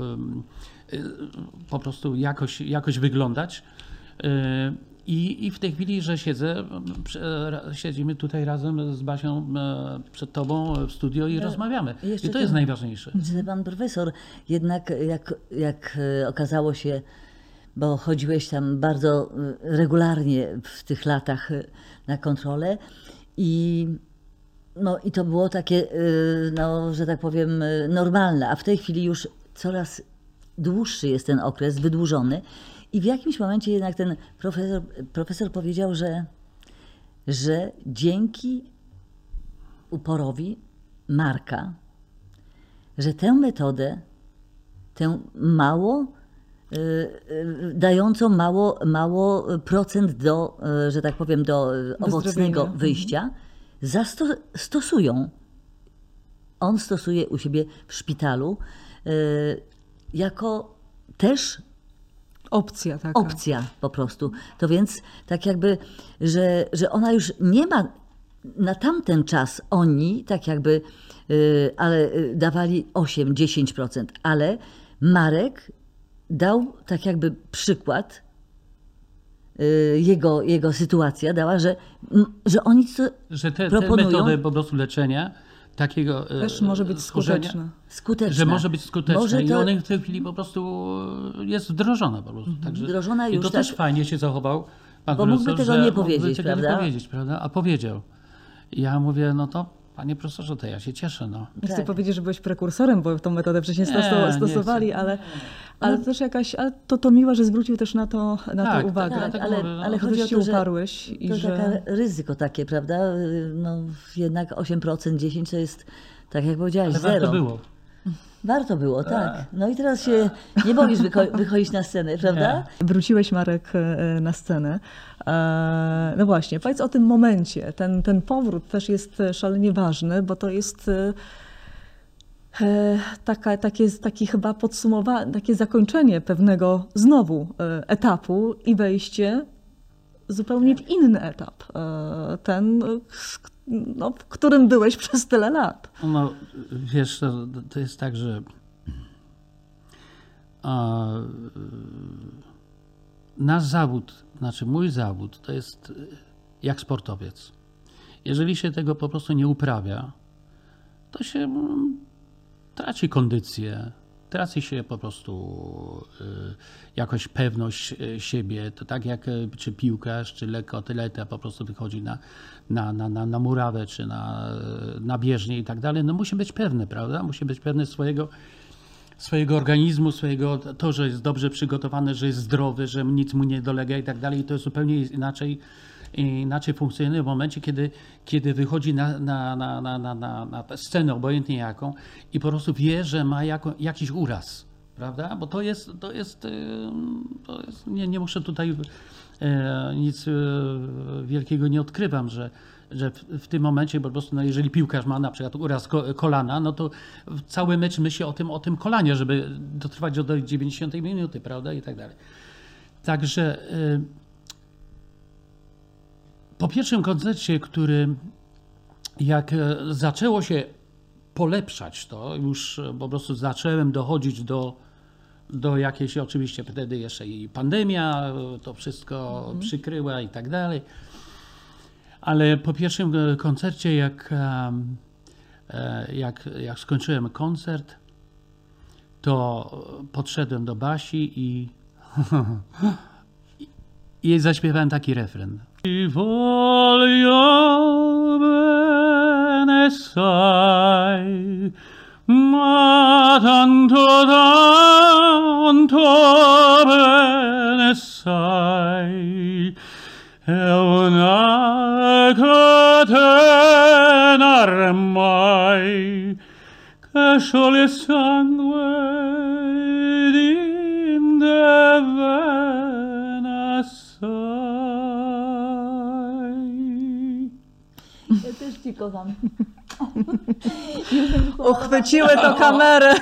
po prostu jakoś wyglądać. I w tej chwili, że siedzimy tutaj razem z Basią przed tobą w studio i rozmawiamy. I to jest najważniejsze. Pan profesor, jednak jak okazało się, bo chodziłeś tam bardzo regularnie w tych latach na kontrolę i to było takie, no, że tak powiem, normalne, a w tej chwili już coraz dłuższy jest ten okres, wydłużony. I w jakimś momencie jednak ten profesor powiedział, że dzięki uporowi Marka, że tę metodę, tę dającą mało procent do, że tak powiem, do owocnego wyjścia, stosują. On stosuje u siebie w szpitalu jako też Opcja taka. opcja po prostu. To więc tak jakby, że ona już nie ma na tamten czas oni tak jakby ale dawali 8-10%, ale Marek dał tak jakby przykład, jego sytuacja dała, że oni że te proponują, metody po prostu leczenia takiego Też może być schorzenia, skuteczna. że może być skuteczna Może i to- ona w tej chwili po prostu jest wdrożona po prostu. Także, Wdrożona i już, to tak. też fajnie się zachował pan Bo mógłby profesor, tego że nie mógłby powiedzieć, tego nie prawda? powiedzieć, prawda? A powiedział. I ja mówię, no to panie profesorze, to ja się cieszę. No. Chcę Tak. powiedzieć, że byłeś prekursorem, bo tą metodę wcześniej Nie, stosowali, nie ale też jakaś, ale to miłe, że zwrócił też na to Tak, uwagę. tak, ale, mówię, no. ale Że chodzi o się to, że uparłeś i to że... takie ryzyko takie, prawda? No, jednak 8%, 10% to jest, tak jak powiedziałeś, Ale zero. warto było. Warto było, tak. No i teraz się nie boisz wychodzić na scenę, prawda? Wróciłeś, Marek, na scenę. No właśnie, powiedz o tym momencie. Ten powrót też jest szalenie ważny, bo to jest takie chyba podsumowanie, takie zakończenie pewnego znowu etapu i wejście zupełnie w inny etap. Ten, no, w którym byłeś przez tyle lat. No, wiesz, to jest tak, że nasz zawód, znaczy mój zawód, to jest jak sportowiec. Jeżeli się tego po prostu nie uprawia, to się traci kondycję, traci się po prostu jakoś pewność siebie. To tak jak czy piłkarz, czy lekkoatleta po prostu wychodzi na murawę, czy na bieżnię i tak dalej. No musi być pewny, prawda? Musi być pewny swojego organizmu, to, że jest dobrze przygotowany, że jest zdrowy, że nic mu nie dolega i tak dalej. I to jest zupełnie inaczej funkcjonuje w momencie, kiedy wychodzi na scenę, obojętnie jaką, i po prostu wie, że ma jakiś uraz, prawda? Bo to jest nie muszę tutaj nic wielkiego nie odkrywam, że w tym momencie po prostu, no jeżeli piłkarz ma na przykład uraz kolana, no to cały mecz myśli o tym kolanie, żeby dotrwać do 90 minuty, prawda? I tak dalej. Także Po pierwszym koncercie, który jak zaczęło się polepszać, to już po prostu zacząłem dochodzić do jakiejś, oczywiście wtedy jeszcze i pandemia to wszystko przykryła i tak dalej. Ale po pierwszym koncercie, jak skończyłem koncert, to podszedłem do Basi i jej zaśpiewałem taki refren. Voglio bene sai, ma tanto bene sai, è una catena ormai, che scioglie sangue in de vena sai. Ja też Cię kocham. Uchwyciły to kamerę.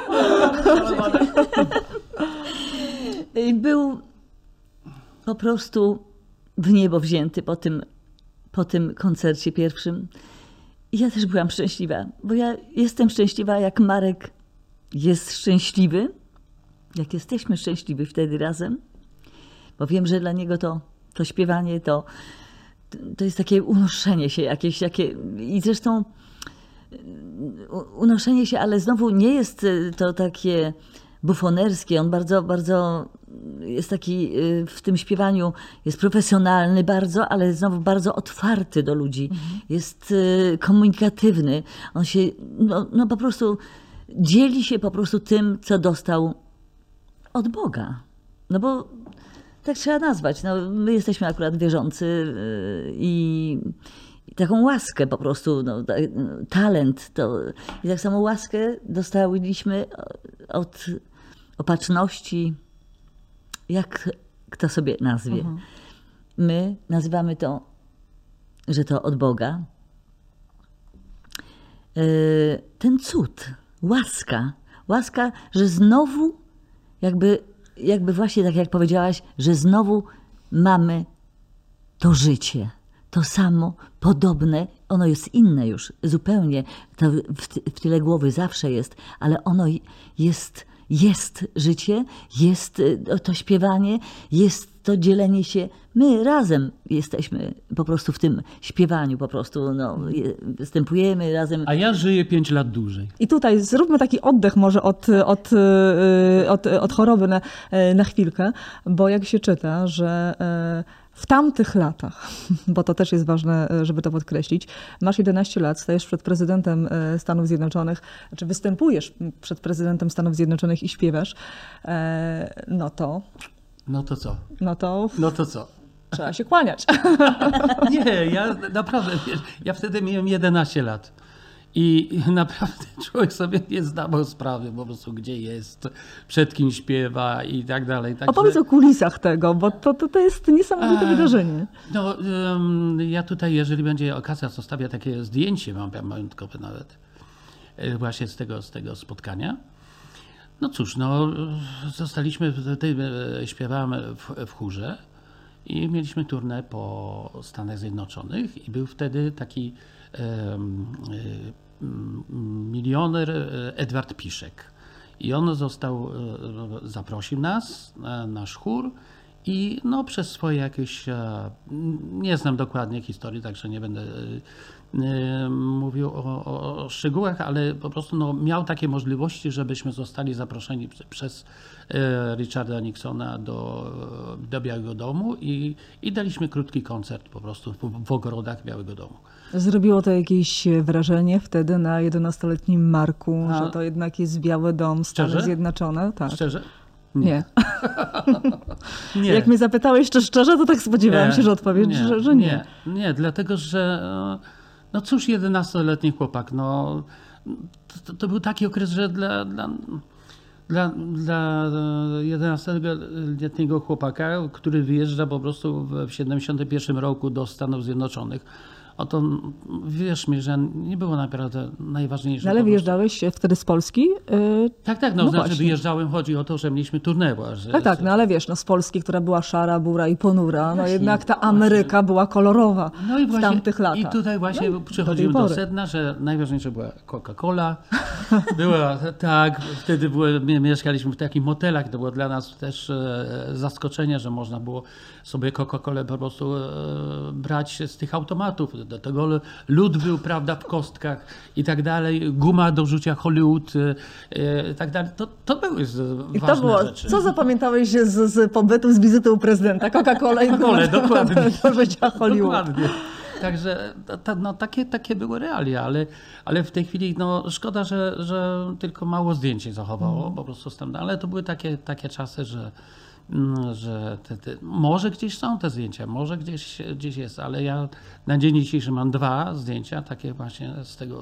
Był po prostu w niebo wzięty po tym koncercie pierwszym. I ja też byłam szczęśliwa, bo ja jestem szczęśliwa, jak Marek jest szczęśliwy, jak jesteśmy szczęśliwi wtedy razem, bo wiem, że dla niego to śpiewanie to jest takie unoszenie się jakieś, i zresztą unoszenie się, ale znowu nie jest to takie bufonerskie. On bardzo, bardzo jest taki w tym śpiewaniu, jest profesjonalny bardzo, ale znowu bardzo otwarty do ludzi. Jest komunikatywny. On się no po prostu dzieli się po prostu tym, co dostał od Boga. No bo tak trzeba nazwać. No, my jesteśmy akurat wierzący i taką łaskę po prostu, talent. I tak samo łaskę dostaliśmy od opatrzności, jak kto sobie nazwie. My nazywamy to, że to od Boga. Ten cud, łaska, że znowu jakby właśnie tak jak powiedziałaś, że znowu mamy to życie. To samo, podobne, ono jest inne już zupełnie. To w tyle głowy zawsze jest, ale ono jest życie, jest to śpiewanie, jest to dzielenie się. My razem jesteśmy po prostu w tym śpiewaniu, po prostu występujemy razem. A ja żyję 5 lat dłużej. I tutaj zróbmy taki oddech może od choroby na chwilkę, bo jak się czyta, że w tamtych latach, bo to też jest ważne, żeby to podkreślić, masz 11 lat, stajesz przed prezydentem Stanów Zjednoczonych, czy występujesz przed prezydentem Stanów Zjednoczonych i śpiewasz, no to co? Trzeba się kłaniać. Nie, ja naprawdę, ja wtedy miałem 11 lat. I naprawdę człowiek sobie nie zdawał sprawy po prostu, gdzie jest, przed kim śpiewa i tak dalej. Opowiedz o kulisach tego, bo to jest niesamowite wydarzenie. No, ja tutaj, jeżeli będzie okazja, zostawię takie zdjęcie, mam majątkowe nawet, właśnie z tego spotkania. No cóż, zostaliśmy, śpiewałem w chórze i mieliśmy turnę po Stanach Zjednoczonych i był wtedy taki milioner Edward Piszek. I on zaprosił nas, nasz chór i przez swoje jakieś, nie znam dokładnie historii, także nie będę mówił o szczegółach, ale po prostu miał takie możliwości, żebyśmy zostali zaproszeni przez Richarda Nixona do Białego Domu i daliśmy krótki koncert po prostu w ogrodach Białego Domu. Zrobiło to jakieś wrażenie wtedy na 11-letnim Marku, że to jednak jest Biały Dom, Stany Zjednoczone? Tak. Szczerze? Nie. Nie. Jak mnie zapytałeś jeszcze szczerze, to tak spodziewałam się, że odpowiesz, że nie. Nie, dlatego że cóż, 11-letni chłopak, to był taki okres, że dla 11-letniego chłopaka, który wyjeżdża po prostu w 71 roku do Stanów Zjednoczonych, to wierz mi, że nie było naprawdę najważniejsze. No, ale po prostu. wyjeżdżałeś wtedy z Polski? Tak, no, no znaczy właśnie. wyjeżdżałem, chodzi o to, że mieliśmy tournée. Że, Tak, no ale wiesz, no z Polski, która była szara, bura i ponura, no Właśnie, jednak ta Ameryka była kolorowa No i w właśnie, tamtych latach. i tutaj właśnie No i przechodzimy do tej do pory. sedna, że najważniejsza była Coca-Cola. Była, tak, wtedy mieszkaliśmy w takich motelach, to było dla nas też zaskoczenie, że można było sobie Coca-Colę po prostu brać z tych automatów. Do tego lód był, prawda, w kostkach i tak dalej, guma do rzucia Hollywood i tak dalej. To były I ważne to było, rzeczy. co zapamiętałeś z pobytu, z wizyty u prezydenta? Coca-Cola i Coca-Colę, dokładnie. do życia Hollywood. Dokładnie. Także no, takie były realia, ale w tej chwili no, szkoda, że tylko mało zdjęć się zachowało po prostu stąd. Ale to były takie czasy, że może gdzieś są te zdjęcia, może gdzieś jest, ale ja na dzień dzisiejszy mam 2 zdjęcia, takie właśnie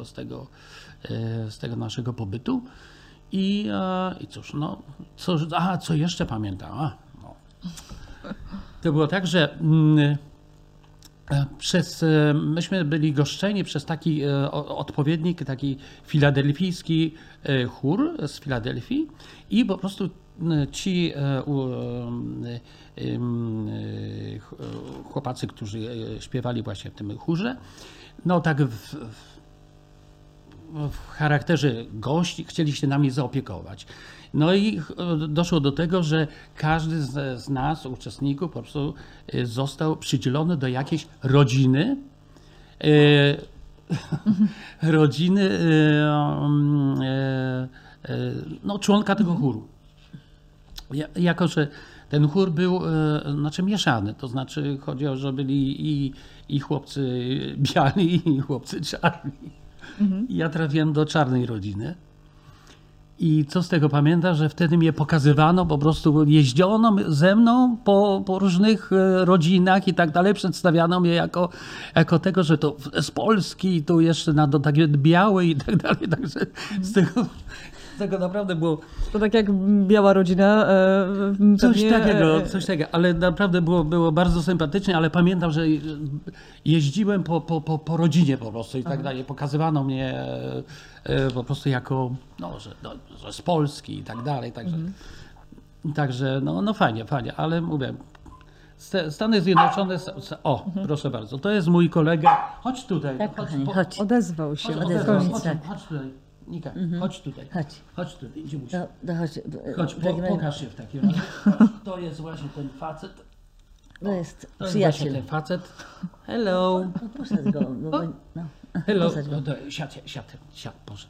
z tego naszego pobytu. I cóż, no, co jeszcze pamiętam? No. To było tak, że myśmy byli goszczeni przez taki odpowiednik, taki filadelfijski chór z Filadelfii i po prostu ci chłopacy, którzy śpiewali właśnie w tym chórze, no tak w charakterze gości chcieli się nami zaopiekować. No i doszło do tego, że każdy z nas, uczestników, po prostu został przydzielony do jakiejś rodziny, no, członka tego chóru. Jako że ten chór był znaczy mieszany, to znaczy chodzi o, że byli i chłopcy biali, i chłopcy czarni. Ja trafiłem do czarnej rodziny. I co z tego pamiętam, że wtedy mnie pokazywano, po prostu jeździono ze mną po różnych rodzinach i tak dalej, przedstawiano mnie jako tego, że to z Polski i tu jeszcze na takie białe i tak dalej, także z tego naprawdę było To tak jak biała rodzina. coś pewnie, coś takiego, ale naprawdę było bardzo sympatycznie, ale pamiętam, że jeździłem po rodzinie po prostu i tak dalej. Pokazywano mnie po prostu jako, no, że z Polski i tak dalej. Także no fajnie, ale mówię, Stany Zjednoczone, proszę bardzo, to jest mój kolega, chodź tutaj. Tak, kochani, chodź. Odezwał się. Odezwał się. Chodź, tak. chodź tutaj, Nika, chodź tutaj. Chodź tutaj, gdzie musisz. Chodź. Chodź, w takim razie- pokaż się w takim razie. Chodź, to jest właśnie ten facet. To jest To jest właśnie przyjaciel. ten facet. Hello. No, posadź go. No. Hello. Posadź go. Siad, Boże.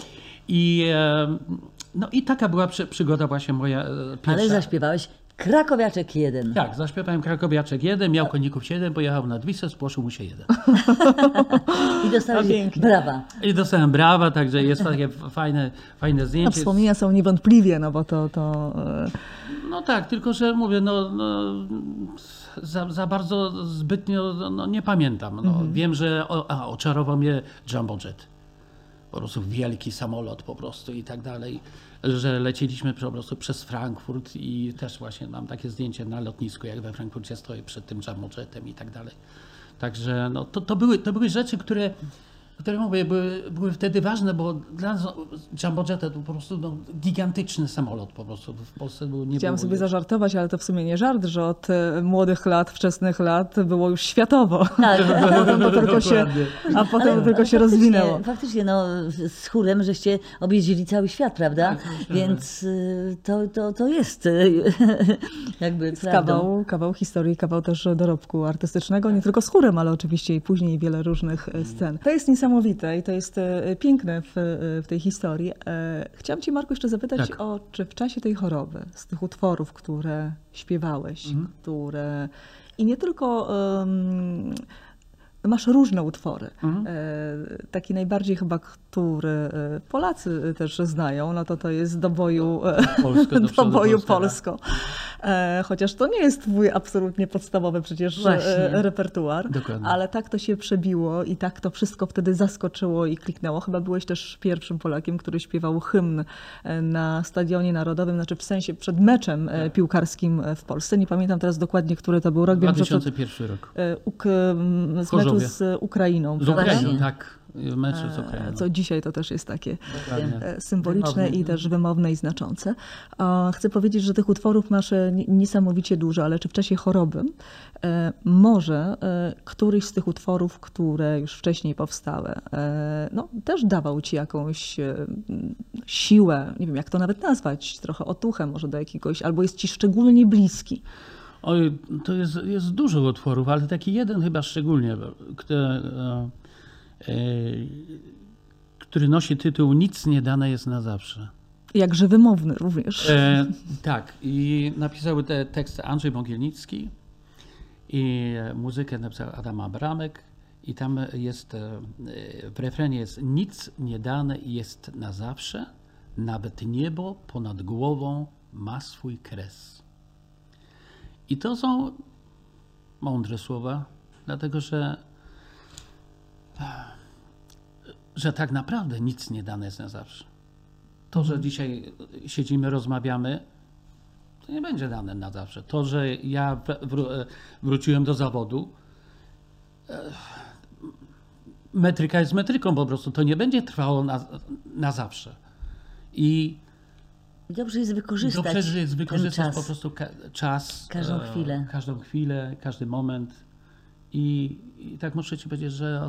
No i taka była przygoda właśnie moja pierwsza. Ale zaśpiewałeś Krakowiaczek 1. Tak, zaśpiewałem Krakowiaczek 1, miał koników 7, pojechał nad Wisłę, spłoszył mu się 1. I dostałeś pięknie. brawa. I dostałem brawa, także jest takie fajne A zdjęcie. wspomnienia są niewątpliwie, no bo to No tak, tylko że mówię, za bardzo zbytnio nie pamiętam. Wiem, że oczarował mnie Jumbo Jet. Po prostu wielki samolot po prostu i tak dalej, że lecieliśmy po prostu przez Frankfurt i też właśnie mam takie zdjęcie na lotnisku, jak we Frankfurcie stoję przed tym Jumbo Jetem i tak dalej. Także no, to były rzeczy, które mówię, były wtedy ważne, bo dla nas Jumbo Jet to po prostu gigantyczny samolot po prostu. W Polsce nie chciałam było sobie już. zażartować, ale to w sumie nie żart, że od młodych lat, wczesnych lat było już światowo. Tak, A potem to tylko się rozwinęło. Faktycznie, no, z chórem żeście objeździli cały świat, prawda? Tak, myślę, Więc to jest jakby Jest prawdą. kawał historii, kawał też dorobku artystycznego, nie tylko z chórem, ale oczywiście i później wiele różnych scen. To jest niesamowite i to jest piękne w tej historii. Chciałam cię, Marku, jeszcze zapytać Tak. czy w czasie tej choroby, z tych utworów, które śpiewałeś, które... I nie tylko... Masz różne utwory. Taki najbardziej chyba, który Polacy też znają, no to jest do boju Polsko, do przodu do boju Polska, Polsko. Chociaż to nie jest twój absolutnie podstawowy przecież Właśnie. repertuar, Dokładnie. ale tak to się przebiło i tak to wszystko wtedy zaskoczyło i kliknęło. Chyba byłeś też pierwszym Polakiem, który śpiewał hymn na Stadionie Narodowym, znaczy w sensie przed meczem piłkarskim w Polsce. Nie pamiętam teraz dokładnie, który to był rok. Wiem, że to 2001 rok. z meczu Chorzowie. z Ukrainą. Z prawda? Ukrainą, Właśnie. tak. Mecz z Ukrainą. Co dzisiaj to też jest takie Dokładnie. symboliczne Wymowne. i też wymowne i znaczące. Chcę powiedzieć, że tych utworów masz niesamowicie dużo, ale czy w czasie choroby może któryś z tych utworów, które już wcześniej powstały, no, też dawał ci jakąś siłę, nie wiem jak to nawet nazwać, trochę otuchę może do jakiegoś, albo jest ci szczególnie bliski? Oj, to jest dużo utworów, ale taki jeden chyba szczególnie, który nosi tytuł Nic nie dane jest na zawsze. Jakże wymowny również. Tak, i napisał te teksty Andrzej Mogielnicki i muzykę napisał Adam Abramek i tam jest, w refrenie jest nic nie dane jest na zawsze, nawet niebo ponad głową ma swój kres. I to są mądre słowa, dlatego że tak naprawdę nic nie dane jest na zawsze. To, że dzisiaj siedzimy, rozmawiamy, to nie będzie dane na zawsze. To, że ja wróciłem do zawodu, metryka jest metryką po prostu. To nie będzie trwało na zawsze. I Dobrze jest wykorzystać dobrze jest ten wykorzystać czas. po prostu czas. Każdą chwilę. Każdą chwilę, każdy moment. I tak muszę ci powiedzieć, że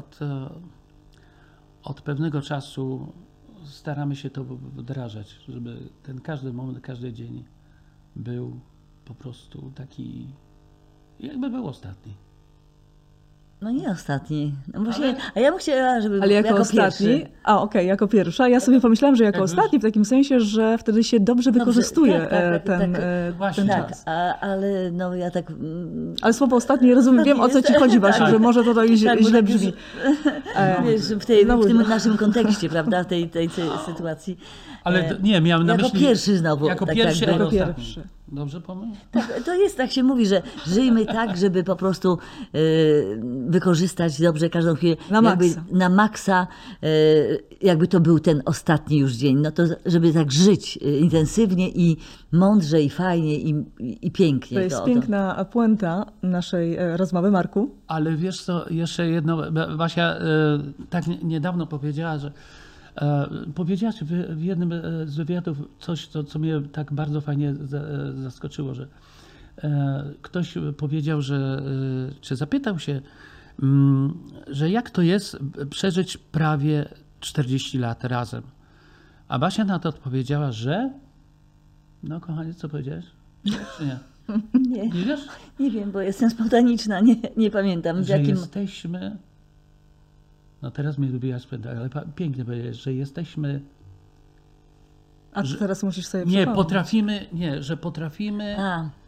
od pewnego czasu staramy się to wdrażać, żeby ten każdy moment, każdy dzień był po prostu taki, jakby był ostatni. No nie ostatni. No właśnie, a ja bym chciała, żeby Ale jako ostatni? pierwszy. Okej, jako pierwsza. Ja sobie pomyślałam, że jako Jakby- ostatni, w takim sensie, że wtedy się dobrze wykorzystuje tak, ten, tak. Właśnie. ten Tak, czas. ale no ja tak... Ale słowo ostatni, rozumiem, wiem o co ci chodzi właśnie, Tak. że może to Tak, bo źle tak już, brzmi. Wiesz, w tym naszym kontekście, prawda, w tej sytuacji. Ale nie, miałem na jako myśli... pierwszy znowu. Jako tak pierwszy, jakby. ale Jako ostatni. pierwszy. Dobrze pomyśl? Tak, to jest, tak się mówi, że żyjmy tak, żeby po prostu wykorzystać dobrze każdą chwilę. Na jakby maksa. na maksa, jakby to był ten ostatni już dzień. No to żeby tak żyć intensywnie i mądrze i fajnie i pięknie. To jest piękna puenta naszej rozmowy, Marku. Ale wiesz co, jeszcze jedno, Basia tak niedawno powiedziała, że powiedziałaś w jednym z wywiadów coś, co mnie tak bardzo fajnie zaskoczyło, że ktoś powiedział, czy zapytał się, że jak to jest przeżyć prawie 40 lat razem. A Basia na to odpowiedziała, że... No kochanie, co powiedziałeś? Czy nie? Nie, Nie wiesz? nie wiem, bo jestem spontaniczna, nie pamiętam w Że jakim... jesteśmy... No teraz mnie lubiłaś, ale pięknie powiedzieć, że jesteśmy... A ty teraz musisz sobie Nie, przypomnieć. potrafimy... Nie, że potrafimy...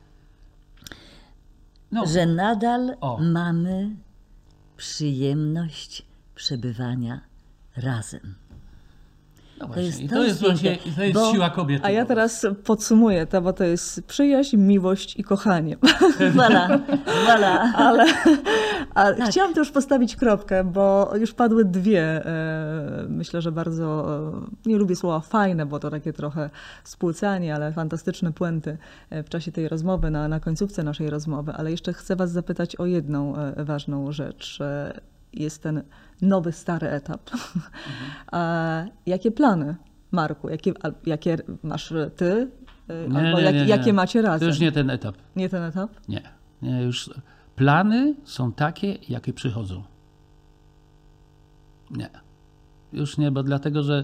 No, Że nadal O. mamy przyjemność przebywania razem. no właśnie. jest- I to to jest jest właśnie piękne, i to jest bo- siła kobiety. A ja po prostu. teraz podsumuję to, bo to jest przyjaźń, miłość i kochanie. Voilà, voilà. Ale chciałam też postawić kropkę, bo już padły dwie, myślę, że bardzo, nie lubię słowa fajne, bo to takie trochę spłycanie, ale fantastyczne puenty w czasie tej rozmowy, na końcówce naszej rozmowy. Ale jeszcze chcę was zapytać o jedną ważną rzecz. Jest ten nowy, stary etap. A jakie plany, Marku? Jakie masz ty? Albo jakie macie razem? To już nie ten etap. Nie ten etap? Nie, już plany są takie, jakie przychodzą. Nie. Już nie, bo dlatego, że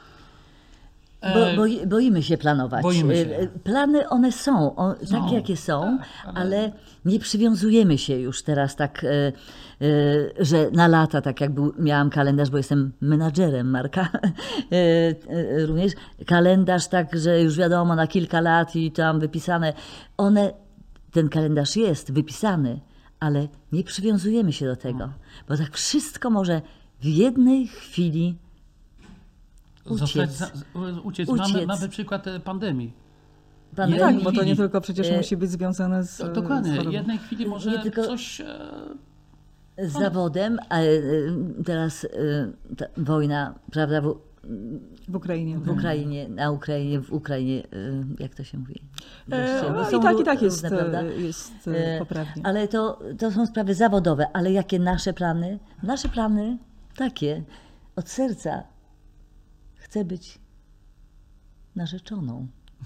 Boimy się planować. Boimy się. Plany one są, takie jakie są, ale nie przywiązujemy się już teraz tak, że na lata, tak jak miałam kalendarz, bo jestem menadżerem Marka, również kalendarz tak, że już wiadomo na kilka lat i tam wypisane. Ten kalendarz jest wypisany, ale nie przywiązujemy się do tego, bo tak wszystko może w jednej chwili uciec. uciec. Uciec. Mamy przykład pandemii. pandemii. Tak, bo to nie chwili- tylko przecież musi być związane z Dokładnie, z w chorobą. jednej chwili może Nie tylko- coś... Z zawodem, a teraz ta wojna, prawda, W Ukrainie. w Ukrainie, na Ukrainie, w Ukrainie, jak to się mówi? Wreszcie, bo No są i tak jest, różne, prawda? jest poprawnie. Ale to są sprawy zawodowe, ale jakie nasze plany? Nasze plany takie, od serca chcę być narzeczoną.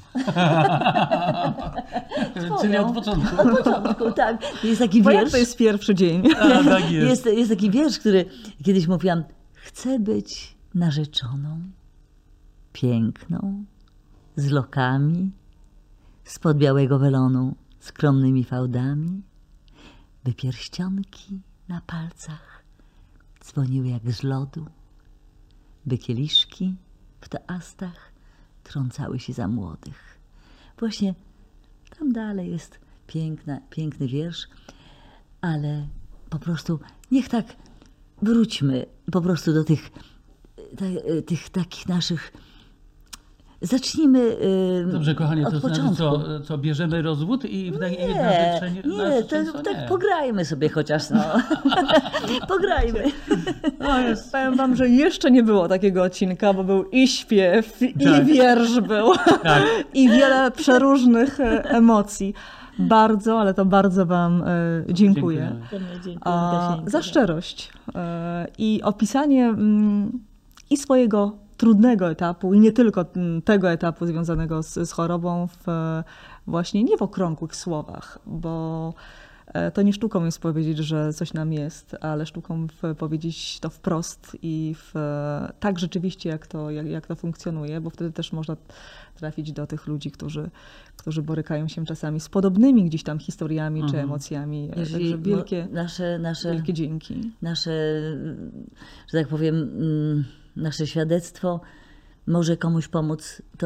Czyli od początku. Od początku, tak. Jest taki Bo jak wiersz. to jest pierwszy dzień? A, tak jest. Jest taki wiersz, który kiedyś mówiłam. Chcę być narzeczoną, piękną, z lokami, spod białego welonu, skromnymi fałdami, by pierścionki na palcach dzwoniły jak z lodu, by kieliszki w toastach trącały się za młodych. Właśnie tam dalej jest piękny wiersz, ale po prostu niech tak wróćmy po prostu do tych takich naszych. Zacznijmy Dobrze, kochanie, od to znaczy początku. co, bierzemy rozwód i na Nie, życzenie... nie, na życzenie, tak nie. pograjmy sobie chociaż, no. Pograjmy. Powiem wam, że jeszcze nie było takiego odcinka, bo był i śpiew, Tak. i wiersz był, Tak. i wiele przeróżnych emocji. Bardzo, ale to bardzo wam dziękuję. Za szczerość i opisanie i swojego trudnego etapu, i nie tylko tego etapu związanego z chorobą, właśnie nie w okrągłych słowach, bo to nie sztuką jest powiedzieć, że coś nam jest, ale sztuką powiedzieć to wprost i tak rzeczywiście, jak to funkcjonuje, bo wtedy też można trafić do tych ludzi, którzy borykają się czasami z podobnymi gdzieś tam historiami czy emocjami. Także wielkie dzięki. Nasze, że tak powiem, nasze świadectwo może komuś pomóc, to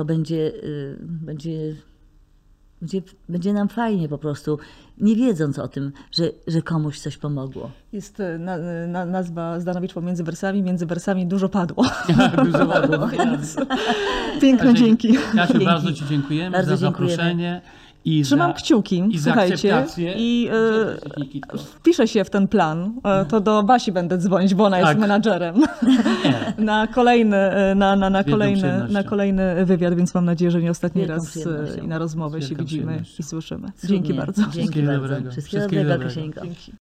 będzie nam fajnie po prostu, nie wiedząc o tym, że komuś coś pomogło. Jest nazwa Zdanowicz pomiędzy wersami dużo padło. Dużo ładnie. Więc piękne dzięki. Kasiu, Dzięki. bardzo ci dziękujemy Bardzo za zaproszenie. I Trzymam za, kciuki, i za słuchajcie. akceptację. I Nikitko. wpiszę się w ten plan. To do Basi będę dzwonić, bo ona jest Tak. menadżerem. Nie. Na kolejny, przyjemnością. kolejny wywiad, więc mam nadzieję, że nie ostatni Wielką raz przyjemnością. i na rozmowę Z się wielką widzimy przyjemnością. i słyszymy. Cudnie. Dzięki bardzo. Dzięki Wszystkiego bardzo. dobrego. Wszystkiego Wszystkiego dobrego, dobrego. Kasieńko. Dzięki.